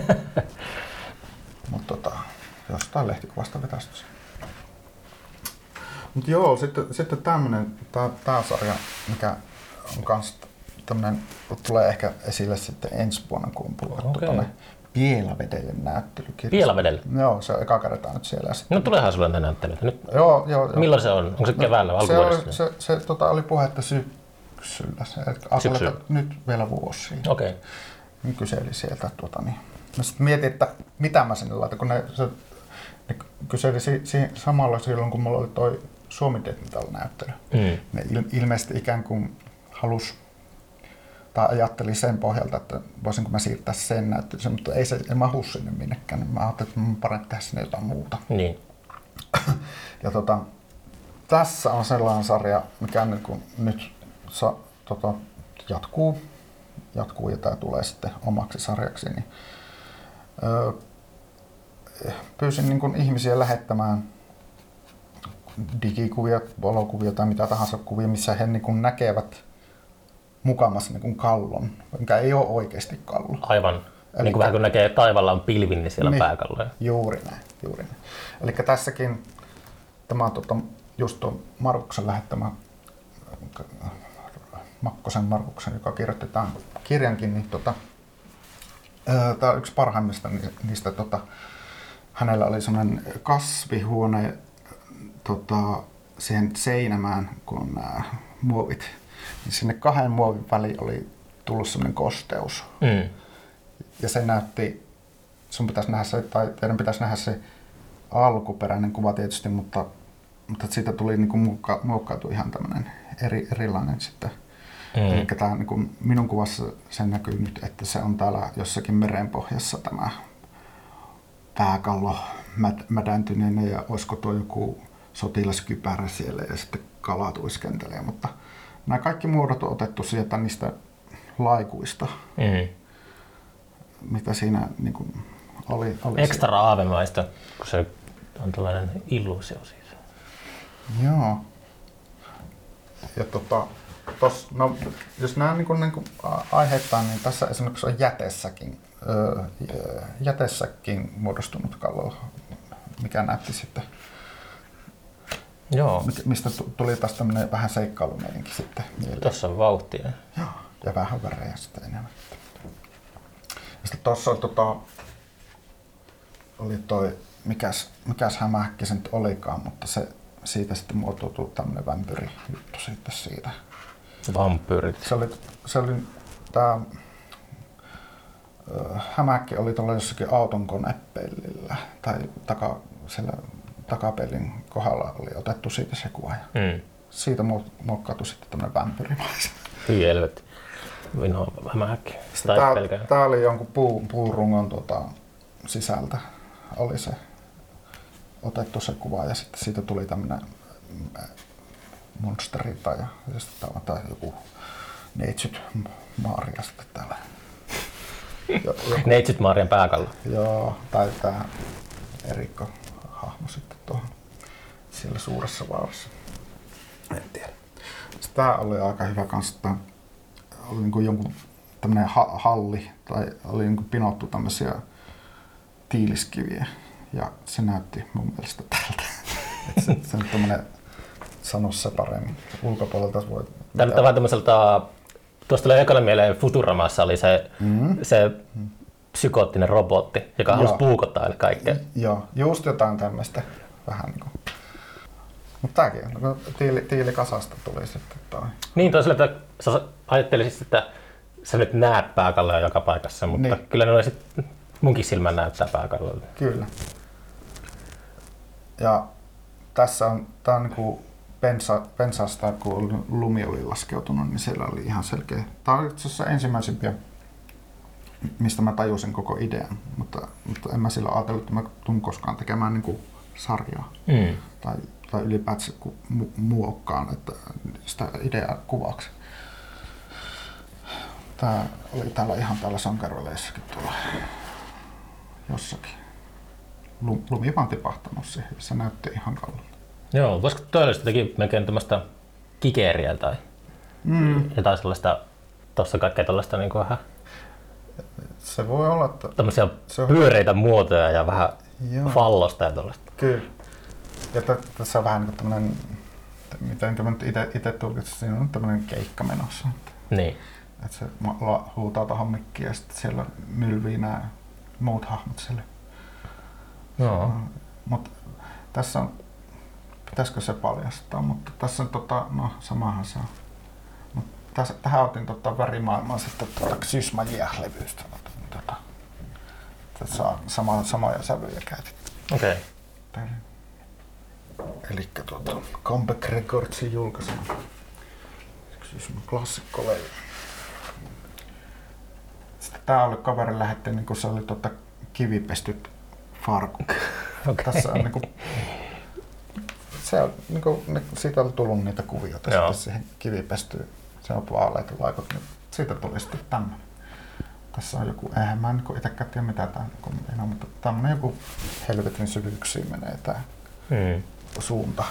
Mutta tota, jostain lehtikuvasta vetästössä. Mut joo, sitten, sitten tämmönen, tää, tää sarja, mikä on kans tämmönen, tulee ehkä esille sitten ensi vuonna, kun on puhuttu okay. tonne Pielavedelle näyttelykirjassa. Pielavedelle? Joo, se eka kertaa nyt siellä. Sitten... No tuleehan sulle näitä näyttelyitä nyt. Joo, joo, joo. Milloin se on? Onko se keväällä, no, alkuvuodesta? Se, oli, se, se tota, oli puhetta syksyllä. Se, syksyllä? Nyt vielä vuosi. Okei. Okay. Niin kyseli sieltä tuota niin. Mä sitten mietin, että mitä mä sinne laitan, kun ne, se, ne kyseli si, si, samalla silloin, kun mulla oli toi Suomi Death Metal-näyttely. Mm. Ne il, ilmeisesti ikään kuin halus, tai ajatteli sen pohjalta, että voisinko mä siirtää sen näyttelyyn, mutta ei se ei mahu sinne minnekään. Mä ajattelin, että mun parempi tehdä sinne jotain muuta. Niin. Ja tota, tässä on sellainen sarja, mikä nyt, kun nyt sa, tota, jatkuu, jatkuu ja tämä tulee sitten omaksi sarjaksi, niin öö, pyysin niin kuin ihmisiä lähettämään digikuvia, valokuvia tai mitä tahansa kuvia, missä he niin kuin näkevät mukamassa niin kuin kallon, mikä ei ole oikeasti kallo. Aivan. Eli niin kuin vähän kun näkee taivaalla on pilvi, niin siellä on niin, pääkalloja. Juuri näin, juuri näin. Eli tässäkin tämä on tuota, just tuon Markuksen lähettämä Makkosen Markuksen, joka kirjoitti tämän kirjankin, niin tota, tämä on yksi parhaimmista niistä. Tota, hänellä oli semmoinen kasvihuone tota, siihen seinämään, kun on nämä muovit. Niin sinne kahden muovin väliin oli tullut semmoinen kosteus. Mm. Ja se näytti, sun pitäisi nähdä se, tai teidän pitäisi nähdä se alkuperäinen kuva tietysti, mutta, mutta siitä tuli niin kuin muokka, muokkautui ihan tämmöinen eri, erilainen sitten. Mm. Eli tämä, niin kuin minun kuvassa se näkyy nyt, että se on täällä jossakin merenpohjassa tämä pääkallo mädäntyneenä ja olisiko tuo joku sotilaskypärä siellä ja sitten kalat uiskentelee, mutta nämä kaikki muodot on otettu sieltä niistä laikuista, mm. mitä siinä niin kuin oli, oli. Ekstra aavemaista, kun se on tällainen illuusio siis. Joo. Ja tota, tos, no, jos nämä niin kuin, niin kuin aiheittain, niin tässä esimerkiksi on jätessäkin, öö, jätessäkin muodostunut kallo, mikä näytti sitten. Joo. Mistä tuli taas tämmöinen vähän seikkailumeininki sitten mieleen. Tuossa on vauhtia. Joo, ja vähän värejä sitten enemmän. Ja sitten tuossa tota, oli toi, mikäs, mikäs hämähäkki se nyt olikaan, mutta se, siitä sitten muotoutui tämmöinen vampyyrijuttu sitten siitä. Vampyyrit. Se oli, se oli tää hämähäkki oli tuolla jossakin auton konepellillä tai taka, siellä takapellin kohdalla oli otettu siitä se kuva. Mm. Siitä muokkautui sitten tämmöinen vampyyrimaisen. Hyi helvetti. Minä hämähäkki. Tää, tää oli jonkun puu, puurungon tuota, sisältä oli se otettu se kuva ja sitten siitä tuli tämmöinen monsteri tai, tai joku neitsyt Maaria sitten täällä. Neitsyt Maarian pääkallo. Joo, tai tää Erikko-hahmo sitten tuohon siellä suuressa vaarassa. En tiedä. Sitten tää oli aika hyvä kans, että oli niinku jonkun tämmönen ha- halli tai oli niinku pinottu tämmösiä tiiliskiviä ja se näytti mun mielestä tältä. Et se, se on tommonen, sano se paremmin ulkopuolelta voi. Tää nyt on vähän tämmöseltä, tuosta tulee ekana mieleen Futuramassa oli se, mm-hmm. se psykoottinen robotti, joka halusi puukottaa aina kaikkea. Joo, just jotain tämmöstä vähän niinku. Mutta tääkin on, tiili, tiilikasasta tuli sitten toi. Niin toisaalta, että sä ajattelisit, että sä nyt näet pääkalloja joka paikassa, mutta niin. Kyllä ne oli sit, munkin silmän näyttää pääkalloja. Kyllä. Ja tässä on, tää on niinku pensa, pensasta, kun lumi oli laskeutunut, niin siellä oli ihan selkeä. Tää on itse asiassa ensimmäisimpiä, mistä mä tajusin koko idean, mutta, mutta en mä silloin ajatellut, että mä tuun koskaan tekemään niinku sarjaa. Mm. Tai, tai ylipäätään mu- muokkaan, että sitä ideaa kuvaksi. Tää oli täällä ihan täällä sankaroleissakin tuolla jossakin. Lumi vaan tipahtanut siihen, se näytti ihan kallolta. Joo, voisiko toivottavasti jotenkin melkein tämmöistä kikeeriä tai mm. jotain sellaista, tossa kaikkea tällaista niin kuin vähän se voi olla, että tämmöisiä pyöreitä muotoja ja vähän joo. Fallosta ja tällaista. Kyllä. Ja t- tässä on vähän niin kuin tämmönen, miten mä nyt ite, ite tulkitsin, siinä on tämmönen keikka menossa. Niin. Että se huutaa tohon mikkiin ja sitten siellä mylvii nämä muut hahmot siellä. Joo. No, mutta tässä on, pitäisikö se paljastaa, mutta tässä on tota, no samahan se on. Mut tässä, tähän otin tota värimaailmaa sitten tota Xysmagia-levystä. Tota, tässä on sama, samoja sävyjä käytetty. Okei. Okay. Elikkä tuota Comeback Recordsin julkaisema Xysma klassikkolevy. Sitten tää oli kaverin lähetti, niin kun se oli tota kivipestyt farkut. Okay. Tässä on niinku, se on niinku, siitä on tullut niitä kuvioita sitten siihen kivipestyyn. Se on vaaleita laikot, niin siitä tuli sitten tämmönen. Tässä on joku, eihän mä niinku itekään tiedä mitä tää on, mutta tämmönen joku helvetin syvyyksiin menee tää hmm. suunta.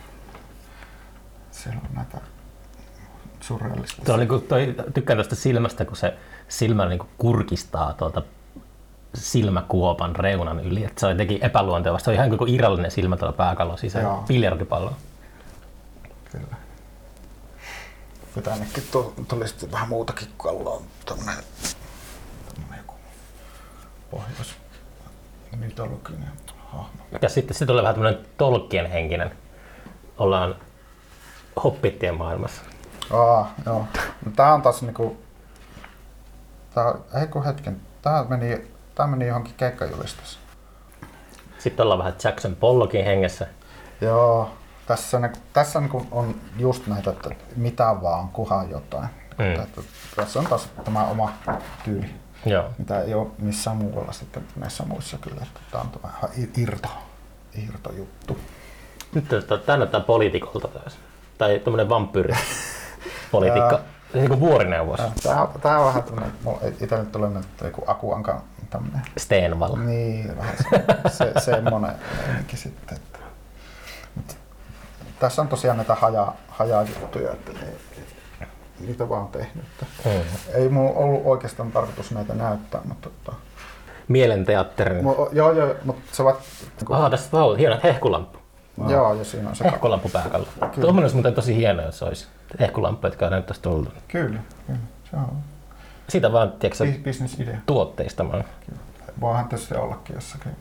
Siellä on näitä surrealistisia. Tuo, niinku, toi, tykkään tuosta silmästä, kun se silmä niinku kurkistaa tuolta silmäkuopan reunan yli. Et se on jotenkin epäluontevasti. Se on ihan koko irrallinen silmä tuolla pääkallon sisään. Biljardipallo. Kyllä. Ja tännekin tuli sitten vähän muutakin kalloa. Tämmönen, tämmönen joku pohjois mytologinen hahmo. Ja sitten se tulee vähän tämmönen Tolkien henkinen. Ollaan Hobbittien maailmassa. Aa, joo. No, tää on taas niinku... Tää, ei kun hetken. Tää meni, tää meni johonkin keikkajulistus. Sitten ollaan vähän Jackson Pollockin hengessä. Joo. Tässä, niinku, tässä niinku on just näitä, että mitä vaan, kuhan jotain. Mm. Että, tässä on taas tämä oma tyyli. Joo. Mitä ei ole missään muualla sitten näissä muissa kyllä. Tää on vähän irto, irto juttu. Nyt tää näyttää poliitikolta taas. Tai tämmönen vampyyri poliitikko. Niin kuin vuorineuvos. Tää, tää on vähän tämmönen, ite nyt tulee nyt joku Akuankan tämmönen. Stenvall. Niin, vähän se, se, semmonen meininki sitten. Että. Mut, tässä on tosiaan näitä haja, hajajuttuja, että ei, niitä vaan tehnyt. Hmm. Ei mulla ollut oikeastaan tarkoitus näitä näyttää, mutta tota. Mielenteatterin. Mu, joo, joo, mutta se ovat... Niin aha, tässä on hieno hehkulamppu. No. Joo, ja siinä on se... Hehkulamppu pääkallo. Tuommoinen olisi muuten tosi hienoa, jos olisi hehkulamppu, jotka näyttäisi tuolta. Kyllä, kyllä. Se on. Siitä vaan, tiedätkö business-idea. Tuotteistamaan. Voihan tässä ollakin jossakin.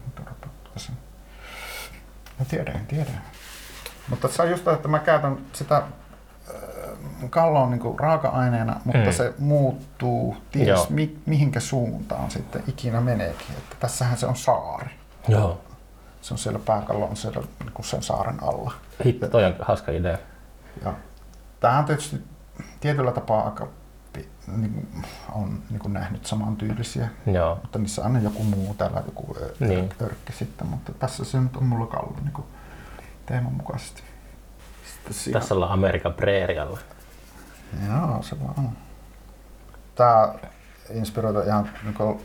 Mä tiedän, tiedän. Mutta se on just, että mä käytän sitä kallo on niinku raaka-aineena, mutta mm. se muuttuu ties mi, mihinkä suuntaan sitten ikinä meneekin. Että tässähän se on saari. Joo. Se on siellä pääkallo on siellä niinku sen saaren alla. Hitto, toi on hauska idea. Ja tämähän on tietysti tietyllä tapaa aika niin, on niin kuin nähnyt samantyylisiä, Joo. mutta niissä on aina joku muu, täällä joku niin. örkki sitten, mutta tässä se nyt on mulla kallu niin kuin teeman mukaisesti. Tässä ollaan Amerikan preerialla. Joo, se vaan on. Tää inspiroitu ihan niin kuin,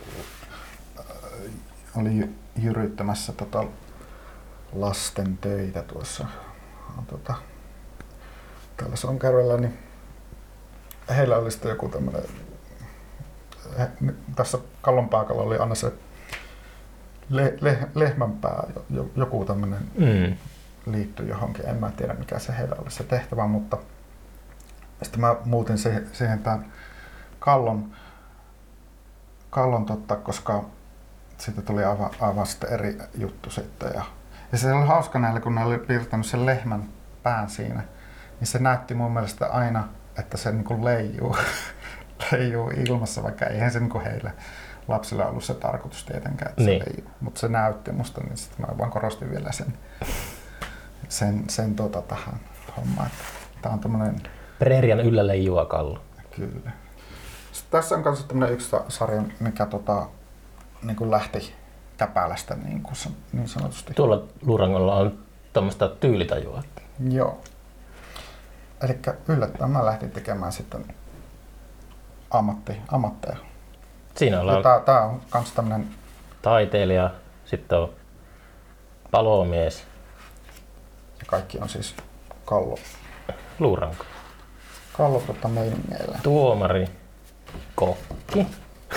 oli jyryttämässä tota lasten töitä tuossa tota, täällä Sonkärvellä, niin heillä oli sitten joku tämmönen, he, tässä kallonpaikalla oli aina se le, le, lehmänpää, joku tämmönen mm. liittyi johonkin, en mä tiedä mikä se heillä oli se tehtävä, mutta sitten mä muutin siihen, siihen tämän kallon, kallon totta, koska siitä tuli aivan, aivan sitten eri juttu sitten. Ja, ja se oli hauska näillä, kun ne oli piirtänyt sen lehmän pään siinä, niin se näytti mun mielestä aina, että se niin kuin leijuu, leijuu ilmassa, vaikka eihän se niin kuin heille lapsille ollut se tarkoitus tietenkään, että niin. se leijuu. Mutta se näytti musta, niin sitten mä vaan korostin vielä sen, sen, sen tota tähän hommaan. Tää on tämmönen preerian yllä leijua kallo. Kyllä. Sitten tässä on myös tämmönen yksi sarja, mikä tota, niin kuin lähti Käpälästä niin, kuin, niin sanotusti. Tuolla luurangolla on tuommoista tyylitajua. Joo. Elikkä yllättäen mä lähdin tekemään sitten ammatti, ammatteja. Siinä ollaan tää, tää on kans tämmönen taiteilija, sitten on palomies. Ja kaikki on siis kallo. Luuranko. Kallo tota meiningeillä. Tuomari. Kokki.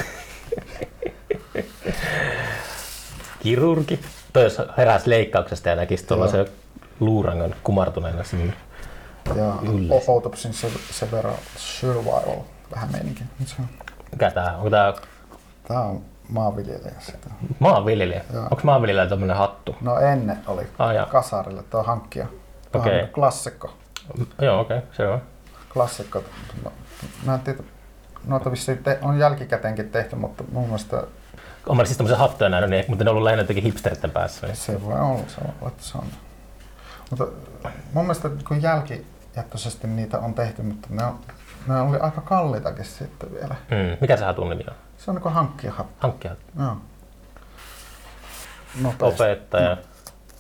Kirurgi. Toi jos heräs leikkauksesta ja näkisi tuollaisen luurangon kumartuneena sinne. Ja Autopsin Severa Survival vähän meininki. Mikä tää on? Onko tää? Tää on maanviljelijä sitä. Maanviljelijä? Onko maanviljelijä tommonen hattu? No ennen oli ah, kasarille tuo hankkija. Tuo okay. on klassikko. Joo okei, okay. se on. Klassikko. No, mä en tiedä, noita vissiin te- on jälkikäteenkin tehty, mutta mun mielestä on mä siis tämmöisen hattuja nähnyt, niin, mutta ne on ollut lähinnä jotenkin hipsteritten päässä. Niin. Se voi olla, se on, että se on. Mutta mun mielestä kun jälkijättöisesti niitä on tehty, mutta ne, on, ne oli aika kalliitakin sitten vielä. Mm. Mikä se hatun nimi on? Se on niin kuin hankkijahattu. Hankkijahattu? Joo. Nopeasti. Opettaja. No.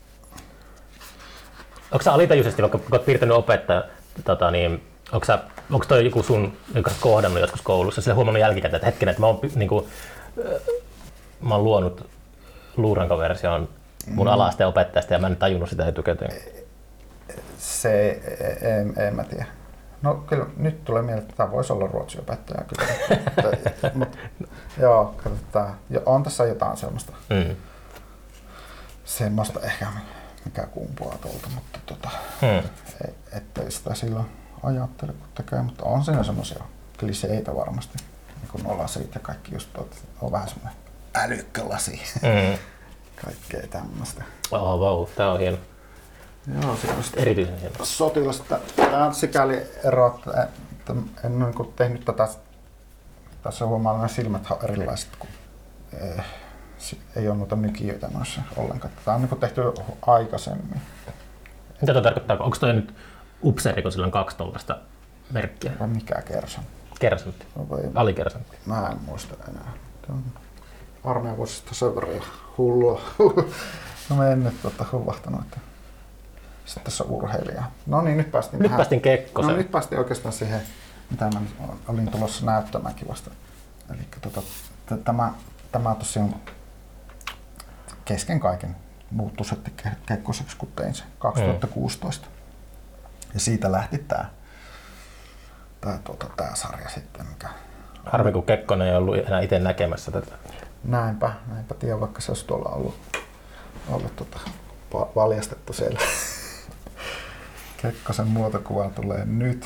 Onko sä alitajuisesti, vaikka olet piirtänyt opettaja, tota, niin, onko, sä, onko toi joku sun, joka sä kohdannut joskus koulussa, sillä huomannut jälkikäteen, että hetken, että mä oon, niin kuin, mä oon luonut luurankoversion mun mm. ala-asteen opettajasta ja mä en tajunnut sitä etukäteen. Se, en, en mä tiedä. No kyllä nyt tulee mieleen, että tämä voisi olla ruotsin opettaja kyllä. mutta, mutta, joo, katsotaan. On tässä jotain semmoista. Mm. Semmoista ehkä, mikä kumpuaa tuolta, mutta tota, mm. ettei sitä silloin ajattele kun tekee, mutta on siinä semmoisia kliseitä varmasti. Niin kun ollaan siitä kaikki just tuot, on vähän semmoinen älykkälasi. Mm. Kaikkea tämmöistä. Oh wow, tää on hieno. Joo, se on erityisen hieno. Sotilasta. Tää on sikäli ero, että en ole niin tehnyt tätä. Tässä huomaa, että silmät on erilaiset, kun eh, ei ole noita mykijöitä noissa ollenkaan. Tää on niin tehty aikaisemmin. Mitä tuo tarkoittaa? Onko toi nyt upseeri, kun sillä on kaksi tollaista merkkiä? Vai mikä kersantti? Kersantti. Alikersantti. Mä en muista enää. Armeijan vuosista sen verran hullua. No mä en nyt tota huvahtanut, että sitten tässä on urheilija. No niin, nyt päästiin Nyt tähän. päästiin Kekkosen. No nyt päästiin oikeastaan siihen, mitä mä olin tulossa näyttämäänkin vasta. Eli tota, t- tämä, tämä tosiaan kesken kaiken muuttui sitten Kekkoseksi, kun tein sen kaksituhattakuusitoista. Mm. Ja siitä lähti tää, tää, tuota, tää sarja sitten. Mikä harmi, kun Kekkonen ei ollut enää itse näkemässä tätä. Näinpä, näinpä tiedä, vaikka se olisi tuolla ollut, ollut tota, valjastettu siellä. Kekkosen muotokuva tulee nyt.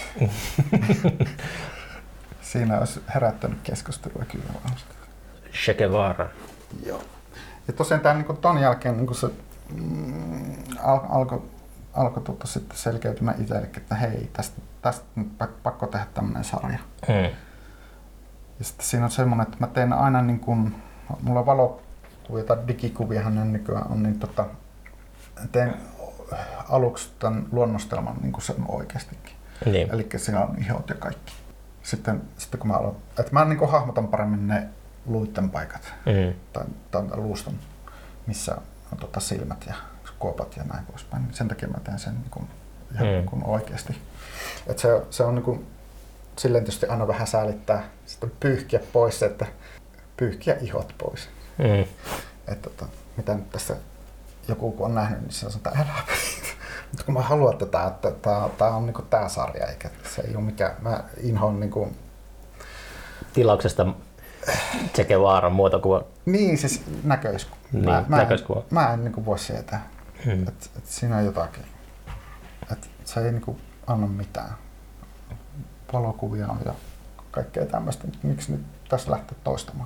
Siinä olisi herättänyt keskustelua kyllä varmasti. Che Guevara. Joo. Ja tosiaan tämän, niin ton jälkeen niin se mm, al- alkoi alkoi tuota sitten selkeytymään itsellekin, että hei, tästä, tästä nyt pakko tehdä tämmöinen sarja. Hmm. Ja sitten siinä on semmoinen, että mä teen aina niin kuin, mulla valokuvia tai digikuviahan nykyään on, niin tota, teen aluksi tämän luonnostelman niin kuin se on oikeastikin. Niin. Eli siinä on ihot ja kaikki. Sitten, sitten kun mä aloin, että mä niin kuin hahmotan paremmin ne luitten paikat Mm. tai, tai luuston, missä on tota silmät ja kuopat ja näin poispäin. Sen takia mä teen sen niin kuin, ihan Mm. niin kuin oikeasti. Et se, se on niin kuin, silleen tietysti aina vähän säälittää sitten pyyhkiä pois, että pyyhkiä ihot pois. Mm. Että tota, mitä nyt tässä joku kun on nähnyt, niin se on että älä. Mutta kun mä haluan tätä, että tää, tää on niinku tää sarja, eikä se ei ole mikään, mä inhoan niinku... Tilauksesta Che Guevaran muotokuva. Niin, siis näköiskuva. Niin, mä, mä näköiskuva. En, mä en niinku voi sietää, Hmm. että et siinä on jotakin. Et se ei niinku anna mitään. Valokuvia on ja kaikkea tämmöistä, mutta miksi nyt tässä lähtee toistamaan?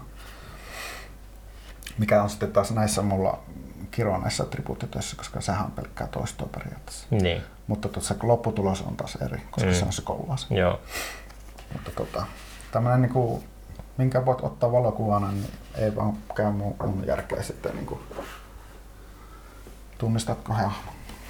Mikä on sitten taas näissä mulla kironeissa tribuuttitöissä, koska sehän on pelkkää toistoa periaatteessa. Niin. Mutta tuossa lopputulos on taas eri, koska Mm. se on se kollaasi. Joo. Mutta tota, tämmönen niinku, minkä voit ottaa valokuvana, niin ei vaan käy mun, mun järkeä sitten niinku, tunnistatko hahmon?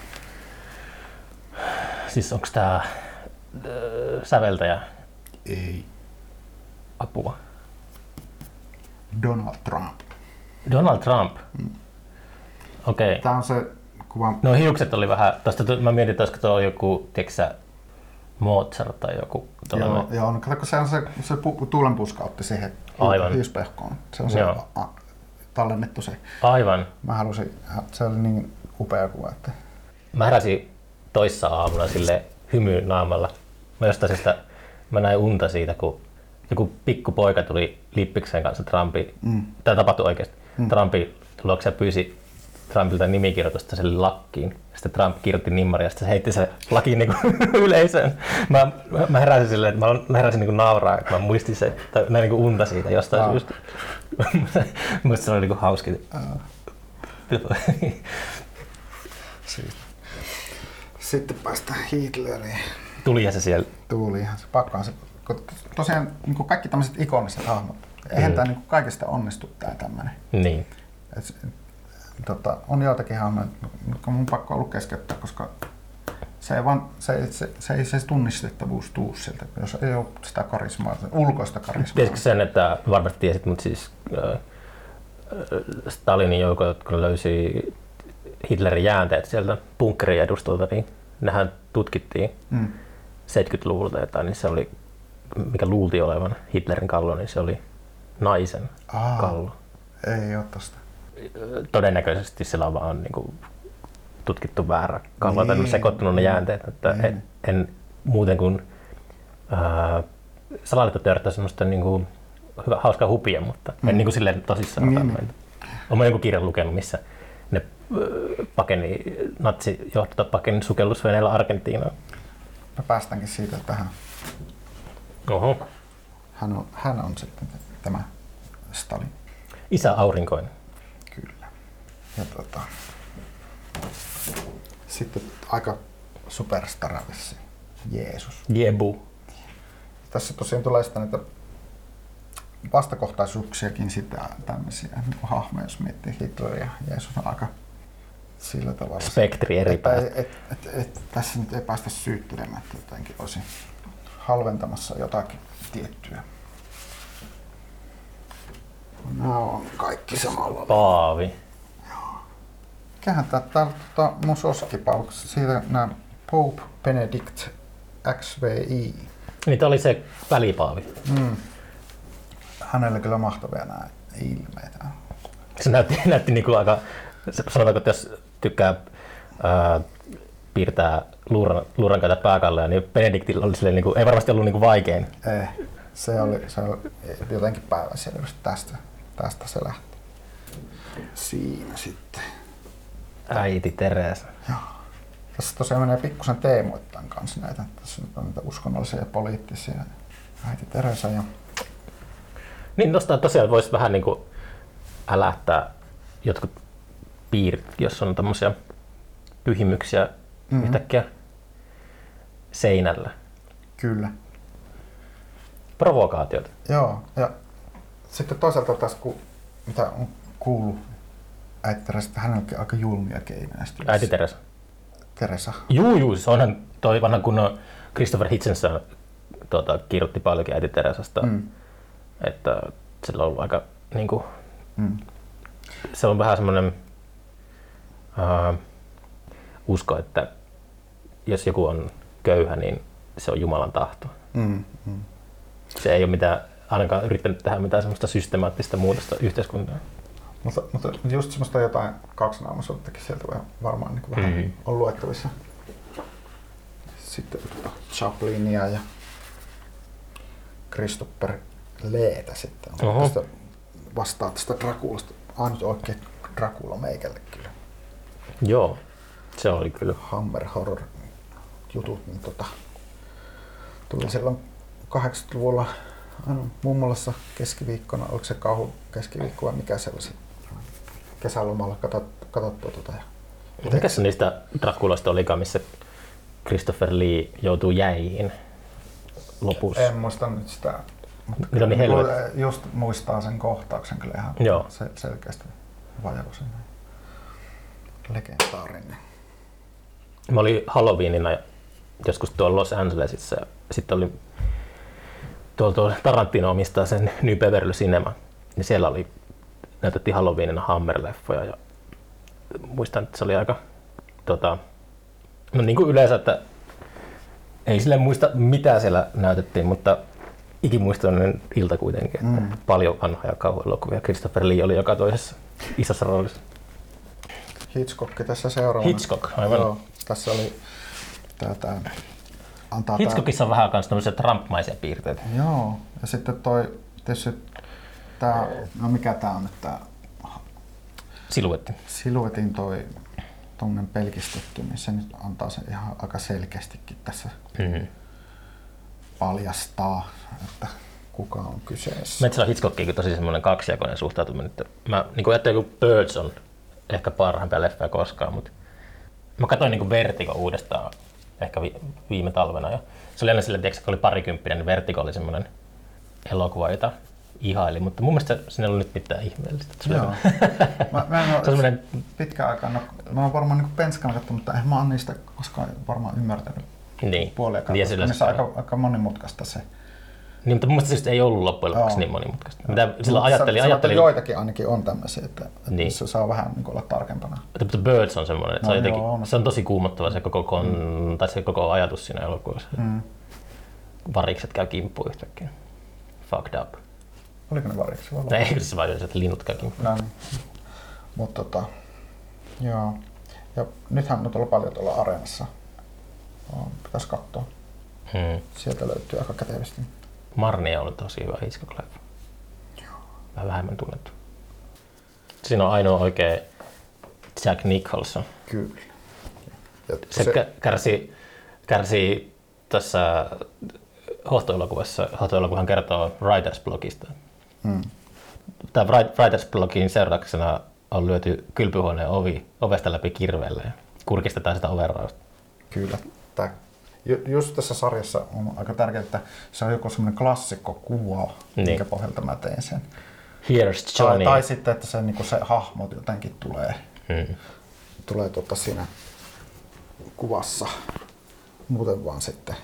Siis onks tää äh, säveltäjä Ei. apua? Donald Trump. Donald Trump? Mm. Okei. Okay. Tää on se kuva. No hiukset oli vähän, tosta tu- mä mietin, että olisiko tuo joku, tiiäksä, Mozart tai joku tollainen. Joo, joo, no kato, kun se on se, se pu- tuulenpuska otti siihen Aivan. hiuspehkoon. Se on se Joo. a, tallennettu se. Aivan. Mä halusin, se oli niin upea kuva, että... Mä heräsin toissa aamuna sille hymy naamalla. Mä jostain syystä, mä näin unta siitä, kun joku pikku poika tuli Lippiksen kanssa Trumpin. Mm. Tämä tapahtui oikeasti. Mm. Trumpin luokse pyysi Trumpilta nimikirjoitusta sille lakkiin. Sitten Trump kirjoitti nimmaria ja sitten se heitti se lakin niin yleisöön. Mä, mä heräsin silleen, että mä heräsin niin nauraa, että mä muistin se, tai näin niin unta siitä jostain Aa. syystä. Musta se oli niin hauskin. Aa. Sitten päästään Hitleriin. Tulihan se siellä. Tuulihan se pakkaan se. Tosiaan niin kuin kaikki tämmöiset ikoniset hahmot. Eihän mm. tämä niin kaikista onnistu tää tämmönen. Niin. Et, tota, on joitakin hahmoja, jotka mun pakko ollut keskeyttää, koska se ei, vaan, se, se, se, ei se tunnistettavuus tuu siltä, jos ei ole sitä karismaa, ulkoista karismaa. Tiesitkö sen, että varmasti tiesit, mutta siis äh, Stalinin joukot, kun löysi Hitlerin jäänteet sieltä bunkkerin edustulta, niin nehän tutkittiin Mm. seitsemänkymmentäluvulta jotain, niin se oli, mikä luultiin olevan Hitlerin kallo, niin se oli naisen Aa, kallo. ei ole tosta. Todennäköisesti sillä on vaan niin kuin, tutkittu väärä kallo, Niin. tai sekoittunut ne jäänteet, että Niin. en, en muuten kuin äh, salaliittoteoriat on semmoista niin kuin, hyvä, hauskaa hupia, mutta mm. en niin kuin silleen tosissaan Niin, ota. niin. Olen jonkun kirjan lukenut, missä ne äh, pakeni, natsijohtajat pakeni sukellusveneellä Argentiinaan. Mä päästäänkin siitä tähän. Oho. Hän on, hän on sitten tämä Stalin. Isä aurinkoinen. Kyllä. Ja tota, sitten aika superstara vissiin. Jeesus. Jebu. Tässä tosiaan tulee sitten näitä vastakohtaisuuksiakin sitä tämmöisiä niin kuin hahmoja, jos miettii Hitler ja Jeesus on aika sillä tavalla. Spektri eri että päästä. et, et, et, et, tässä nyt ei päästä syyttelemään, että jotenkin olisi halventamassa jotakin tiettyä. Nämä on kaikki samalla. Paavi. Mikähän tää täällä tota, mun suosikkipalveluksessa, siitä nämä Pope Benedict X V I. Niin tää oli se välipaavi. Mm. Hänellä kyllä mahtavia nämä ilmeitä. Se näytti, näytti niinku aika, sanotaanko, että jos tykkää ää, piirtää luuran, luuran kautta pääkalleja, niin Benedictillä oli silleen, niinku, ei varmasti ollut niinku vaikein. Ei, se oli, se oli jotenkin päiväselvyys tästä. Tästä se lähti. Siinä sitten. Äiti Teresa. Joo. Tässä tosiaan menee pikkusen teemoittain kanssa näitä. Tässä nyt on niitä uskonnollisia ja poliittisia. Äiti Teresa ja... Niin tosta tosiaan voisi vähän niinku älähtää jotkut piirit, jos on tämmöisiä pyhimyksiä mm-hmm. yhtäkkiä seinällä. Kyllä. Provokaatiot. Joo, ja sitten toisaalta taas, kun, mitä on kuullut äiti Teresasta, hänelläkin aika julmia keinoja. Äiti Teresa? Teresa. Juu, juu, se onhan toi vanha kunnon Christopher Hitchens tuota, kirjoitti paljonkin äiti Teresasta, mm. että sillä on ollut aika niinku, mm. se on vähän semmoinen uh, usko, että jos joku on köyhä, niin se on Jumalan tahto. Mm. Mm. Se ei ole mitään, ainakaan yrittänyt tehdä mitään semmoista systemaattista muutosta yhteiskuntaan. Mutta, mutta just semmoista jotain kaksinaamaisuuttakin sieltä varmaan niin vähän mm-hmm. on luettavissa. Sitten tuota Chaplinia ja Christopher Leetä sitten on tästä, vastaa tästä Draculasta. Ainut oikein Dracula meikälle kyllä. Joo, se oli kyllä. Hammer horror jutut, niin tota, tuli silloin kahdeksankymmentäluvulla aina mummolassa keskiviikkona, oliko se kauhu keskiviikko vai mikä se olisi? Kesälomalla katsottua tuota. Mikä se niistä Draculasta olikaan, missä Christopher Lee joutuu jäihin lopussa? En muista nyt sitä. Mitä on niin helvetti? Just muistaa sen kohtauksen kyllä ihan Joo. Se, selkeästi vajausin. Legendaarinen. Mä olin Halloweenina joskus tuolla Los Angelesissa ja sitten oli tuolla, tuolla Tarantino omistaa sen New Beverly Cinema. Ja siellä oli, näytettiin Halloweenina Hammer-leffoja ja muistan, että se oli aika tota, no niin kuin yleensä, että ei sille muista mitä siellä näytettiin, mutta ikimuistoinen ilta kuitenkin, että mm. paljon vanhoja kauhuelokuvia. Christopher Lee oli joka toisessa isossa roolissa. Hitchcock tässä seuraavana. Hitchcock, aivan. Joo, tässä oli tätä, antaa Hitchcockissa tää on vähän myös tämmöisiä Trump-maisia piirteitä. Joo, ja sitten toi tietysti tää, no mikä tää on nyt tää Siluetti. Siluetin toi tommonen pelkistetty, niin se nyt antaa sen ihan aika selkeästikin tässä mm-hmm. paljastaa, että kuka on kyseessä. Metsälä on Hitchcockiin tosi semmoinen kaksijakoinen suhtautuminen. Että mä niin ajattelin, että Birds on ehkä parhaimpia leffoja koskaan, mutta mä katsoin niin Vertigo uudestaan ehkä vi- viime talvena. Ja se oli aina silleen, että kun oli parikymppinen, niin Vertigo oli semmoinen elokuva, jota ihaili, mutta mun mielestä siinä ei ollut nyt mitään ihmeellistä. Joo. mä, mä en ole semmoinen pitkä aikaa, no, mä oon varmaan niin penskana katsonut, mutta en mä oon niistä koskaan varmaan ymmärtänyt niin. puoliakaan, niin, koska niissä on aika, aika monimutkaista se. Niin, mutta mun mielestä se ei ollut loppujen lopuksi niin monimutkaista. Mitä silloin ajattelin, ajattelin... Joitakin ainakin on tämmöisiä, että, että niin. se saa vähän niin olla tarkempana. Mutta Birds on semmoinen, että no, se, on jotenkin, joo, on. se on tosi kuumottava se koko, kon, mm. tai se koko ajatus siinä elokuvassa. Mm. Varikset käy kimppuun yhtäkkiä. Fucked up. Oliko ne varikset? Ei, kyllä se vaan että linnut käy kimppuun. No, niin. Mutta tota, joo. Ja nythän on tuolla paljon tuolla Areenassa. Pitäisi katsoa. Hmm. Sieltä löytyy aika kätevästi. Marnia on ollut tosi hyvä Hitchcock-leffa. Vähän vähemmän tunnettu. Siinä on ainoa oikea Jack Nicholson. Kyllä. Se, se kärsii, kärsii tässä hohtoelokuvassa. Hohtoelokuvahan kertoo Writers Blogista. Hmm. Tämä Writers Blogin seurauksena on lyöty kylpyhuoneen ovi ovesta läpi kirveellä ja kurkistetaan sitä ovenrausta. Kyllä. Tää, just tässä sarjassa on aika tärkeää, että se on joku semmoinen klassikkokuva, niin. minkä pohjalta mä tein sen. Here's Johnny. Tai, tai sitten, että se, niin se hahmo jotenkin tulee, hmm. tulee tuota siinä kuvassa. Muuten vaan sitten.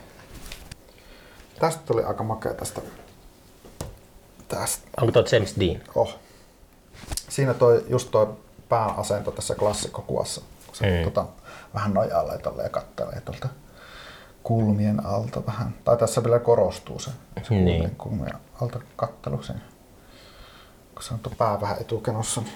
Tästä tuli aika makea tästä. tästä. Onko tuo James Dean? Oh. Siinä toi, just tuo pääasento tässä klassikkokuvassa. Kun se hmm. tota, vähän nojaa ja kattelee tuolta kulmien alta vähän. Tai tässä vielä korostuu se, se niin. kulmien alta katteluksi. Kun se on tuo pää vähän etukenossa. Niin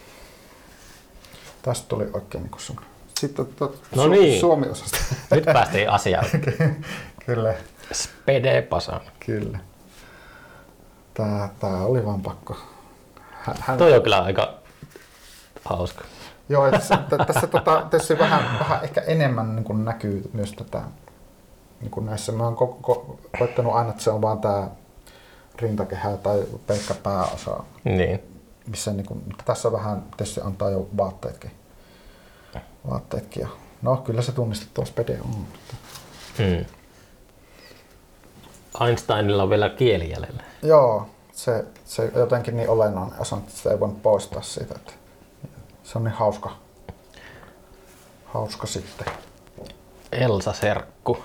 tästä tuli oikein niin kuin sun. Sitten tuo no su- niin. Suomi-osasta. Nyt päästiin asiaan. Kyllä. Spede Pasan. Kyllä. Tää, tää oli vaan pakko. Hän... Toi on kyllä aika hauska. Joo, tässä, tässä tota, tässä vähän, vähän ehkä enemmän niin kuin näkyy myös tätä niin kuin näissä. Mä oon ko- ko- koettanut aina, että se on vaan tää rintakehä tai pelkkä pääosa. Niin. Missä niin kuin, tässä vähän tietysti antaa jo vaatteetkin. Vaatteetkin ja No kyllä se tunnistettava spede on. Mutta... Hmm. Einsteinilla on vielä kieli jäljellä. Joo, se, se jotenkin niin olennainen osa, että sitä ei voi poistaa siitä. Että se on niin hauska. Hauska sitten. Elsa Serkku.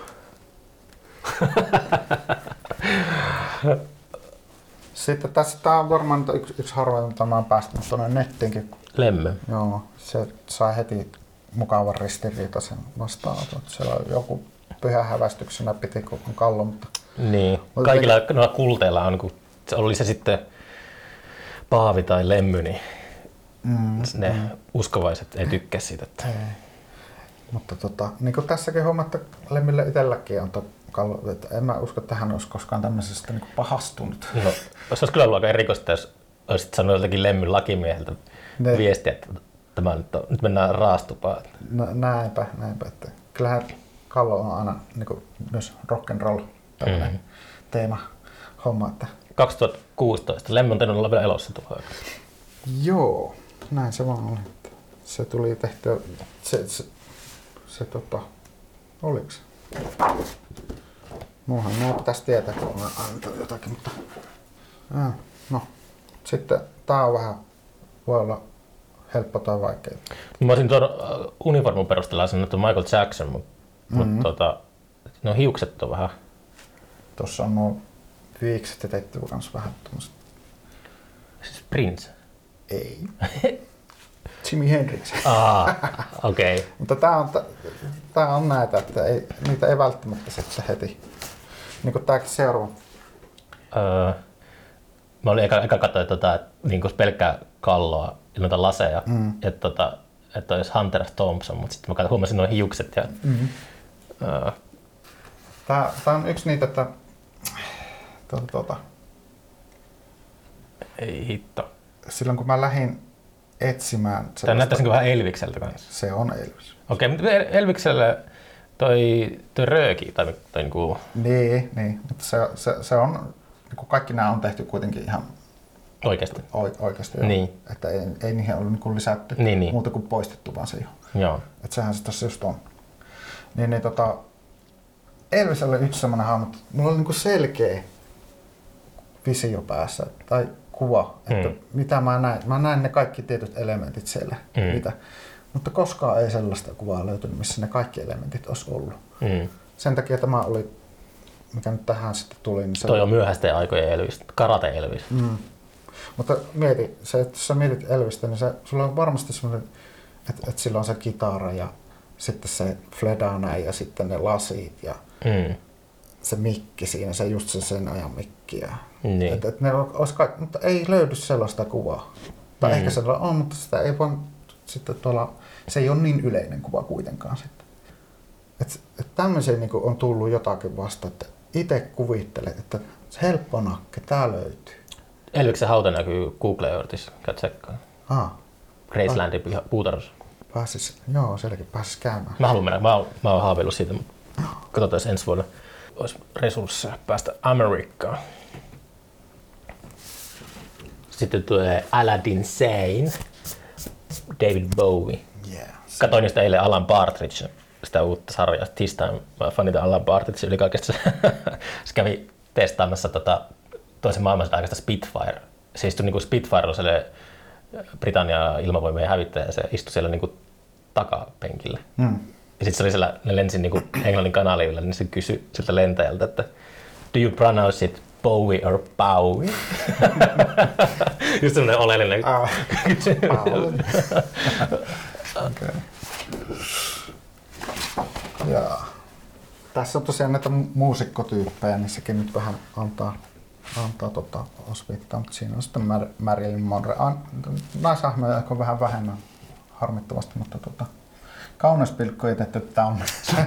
Sitten tässä tää on varmaan yksi, yksi harvoin, mitä mä oon päästänyt tuonne nettiinkin. Lemme. Joo, se sai heti mukavan ristiriitaisen vastaanoton. Siellä on joku pyhän hävästyksenä piti kun kallo, mutta... Niin, kaikilla jotenkin... noilla kulteilla on, kun oli se sitten paavi tai lemmy, niin mm, ne mm. uskovaiset ei tykkää siitä. Että... Ei. Mutta tota, niin kuin tässäkin huomaa, että lemmille itselläkin on kallo, että en mä usko, että hän olisi koskaan tämmöisestä niin pahastunut. No, se olisi kyllä ollut aika erikoista, jos olisit sanonut joltakin lemmyn lakimieheltä ne. viestiä, että tämä nyt, on, nyt mennään raastupaan. No, näinpä, näinpä. Että kyllähän kallo on aina niin kuin, myös rock'n'roll tämmöinen mm. teema homma. Että... kaksituhattakuusitoista. Lemmy on tainnut olla vielä elossa tuolla aikaa. Joo, näin se vaan oli. Se tuli tehtyä, se, se, se tota, oliks? Muuhan minua pitäisi tietää, kun olen antanut jotakin, mutta... Äh, no, sitten tää on vähän, voi olla helppo tai vaikea. Mä olisin tuon uniformun perusteella sanonut, että Michael Jackson, mutta mm-hmm. mut, tota, no hiukset on vähän... Tuossa on nuo viikset ja teittyvä kanssa vähän tommoset. Siis Prince? Ei. Jimi Hendrix. Ah, okei. Okay. Mutta tää on, tää on näitä, että ei, niitä ei välttämättä sitten heti. Niin kuin tääkin seuraava. Öö, mä olin eka, eka katsoa tota, niin kuin pelkkää kalloa ja noita laseja, mm. että, tota, että olisi Hunter S. Thompson, mutta sitten mä huomasin nuo hiukset. Ja, mm-hmm. öö. tää, tää on yksi niitä, että... Tuota, tuota. Ei hitto. Silloin kun mä lähdin etsimään... Tämä näyttäisi vähän Elvikseltä kanssa. Se on Elvis. Okei, okay, mutta Elviksellä toi, toi rööki tai, tai niinku... Niin, niin, mutta se, se, se on, niin kaikki nämä on tehty kuitenkin ihan... Oikeasti? O, oikeasti, niin. Että ei, ei niihin ollut niin lisätty niin, niin. muuta kuin poistettu vaan se ihan. Joo. Että sehän se tässä just on. Niin, niin tota... Elvis oli yksi semmoinen hahmo, että mulla oli niin selkeä visio päässä, tai kuva, että mm. mitä mä näin. Mä näin ne kaikki tietyt elementit siellä, mm. mitä. Mutta koskaan ei sellaista kuvaa löytynyt, missä ne kaikki elementit olisi ollut. Mm. Sen takia tämä oli, mikä nyt tähän sitten tuli. Niin se toi on myöhäisten aikojen Elvis, karate Elvis. Mm. Mutta mieti, se, että jos sä mietit Elvistä, niin se, sulla on varmasti semmoinen, että, että sillä on se kitara ja sitten se fledana ja sitten ne lasit ja mm. se mikki siinä, se just se sen ajan mikki. Ja, niin. että, että ne olisi kaikki, mutta ei löydy sellaista kuvaa. Tai mm. ehkä sellaista on, mutta sitä ei vaan sitten tuolla, se ei ole niin yleinen kuva kuitenkaan sitten. Että et tämmöisiä niin on tullut jotakin vasta, että itse kuvittelet, että helppo nakke, tää löytyy. Elviksen hauta näkyy Google Earthissa, käy tsekkaan. Ah. Gracelandin puutarhassa. Pääsis, joo, sielläkin pääsis käymään. Mä haluan mennä, mä oon, mä oon haaveillut siitä, mutta katsotaan, jos ensi vuonna olisi resursseja päästä Amerikkaan. Sitten tulee Aladdin Sane, David Bowie. Yeah, Katoin niistä eilen Alan Partridge, sitä uutta sarjaa. This Time mä fanitan Alan Partridge yli kaikesta. Se kävi testaamassa tota, toisen maailmansodan aikaista Spitfire. Se istui niin kuin Spitfire on sellainen Britannian ilmavoimien hävittäjä ja se istui siellä niin kuin takapenkillä. Mm. Ja sitten se oli siellä, ne lensi niin kuin Englannin kanalilla, niin se kysyi siltä lentäjältä, että do you pronounce it Bowie or Bowie? Just semmoinen oleellinen. Ah, okay. Jaa. Tässä on tosiaan näitä muusikkotyyppejä, niin sekin nyt vähän antaa, antaa tota osviittaa, mutta siinä on sitten Mar- Marilyn Monroe. Naishahmoja on vähän vähemmän harmittavasti, mutta tota, kauneuspilkku ei tehty tämmöinen.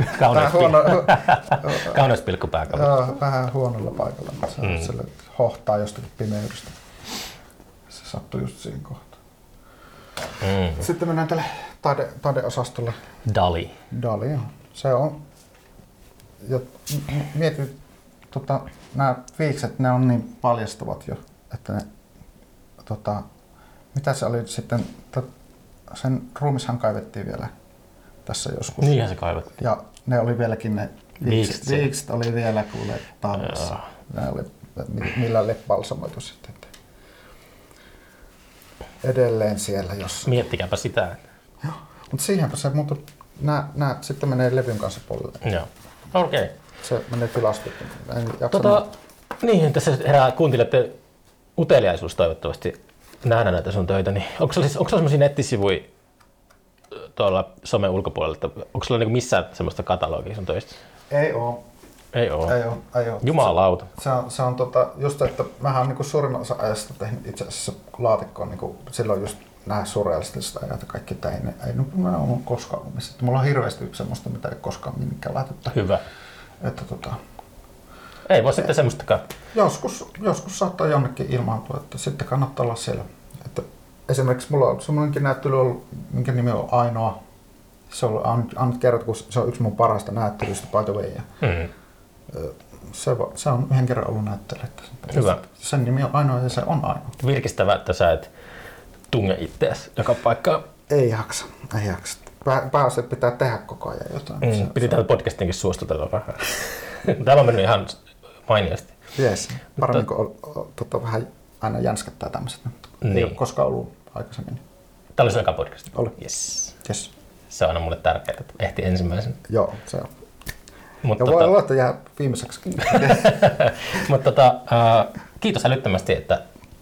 Kauneuspilkku pääkallo. Vähän huonolla paikalla, mutta se mm. sille hohtaa jostakin pimeydestä. Se sattui just siihen kohtaan. Mm. Sitten mennään tälle taide, taideosastolle. Dali. Dali, joo. Se on. Ja mietin, tota, nämä viikset, ne on niin paljastavat jo, että ne, tota, mitä se oli sitten, to, sen ruumishan kaivettiin vielä tässä joskus. Niinhän se kaivettiin. Ja ne oli vieläkin ne viikset, viikset oli vielä kuule tallessa. Ne oli millä lepbalsamoitu sitten. Edelleen siellä jossain. Miettikääpä sitä. Joo, mutta siihenpä se muuta, nää, nää sitten menee levyn kanssa polille. Joo, okei. Okay. Se menee tilastoon. Tota, niin, tässä herää kuuntelijoiden uteliaisuus toivottavasti nähdä näitä sun töitä. Niin onko sulla siis, sellaisia nettisivuja tuolla somen ulkopuolella, että onko sulla niinku missään semmoista katalogia sun töistä? Ei oo. Ei oo. Ei oo. Ei oo. Jumalauta. Se, se on, se on tota, just, että mähän on niinku suurin osa ajasta tehnyt itse asiassa laatikkoon niinku, silloin just nämä surrealistiset ajat ja kaikki tämä. Ei, ei mä ole koskaan ollut missä. Mulla on hirveästi semmoista, mitä ei koskaan minnekään laitettu. Hyvä. Että, tota, ei voi ei, sitten semmoistakaan. Joskus, joskus saattaa jonnekin ilmaantua, että sitten kannattaa olla siellä. Että esimerkiksi mulla on semmoinenkin näyttely ollut, minkä nimi on Ainoa. Se on ainut kerta, kun se on yksi mun parasta näyttelystä, by the way. Mm. Se, se on yhden kerran ollut näyttely. Hyvä. Sen nimi on Ainoa ja se on ainoa. Virkistävää, että sä et tunge itseäsi joka paikkaan. Ei jaksa, ei jaksa. Pääasiassa pitää tehdä koko ajan jotain. Mm, se, piti täältä podcastinkin suostutella vähän. Täällä on mennyt ihan mainiosti. Jees, paremmin kuin tota, vähän aina jänskättää tämmöiset. Niin. Ei ole koskaan ollut aikaisemmin. Tämä oli sun eka podcast? Oli. Yes. Yes. Se on aina mulle tärkeää, että ehti ensimmäisen. Joo, se on. Mut ja tota... voi olla, että jää viimeiseksi. Mutta tota, uh, kiitos älyttömästi, että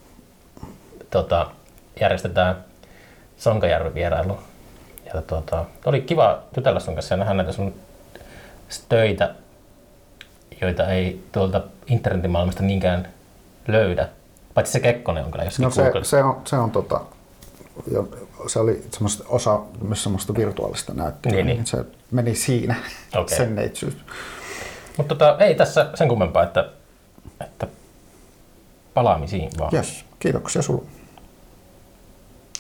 tota, järjestetään Sonkajärven vierailu. Ja tuota, oli kiva jutella sun kanssa ja nähdä näitä sun töitä, joita ei tuolta internetin maailmasta niinkään löydä. Paitsi se Kekkonen on kyllä jossakin no se, Google. se on, se on tota, jo, se oli osa myös semmoista virtuaalista näyttelyä, niin, niin. Se meni siinä, okay. Sen neitsyys. Mutta tota, ei tässä sen kummempaa, että, että palaamisiin vaan. Yes, kiitoksia sulle.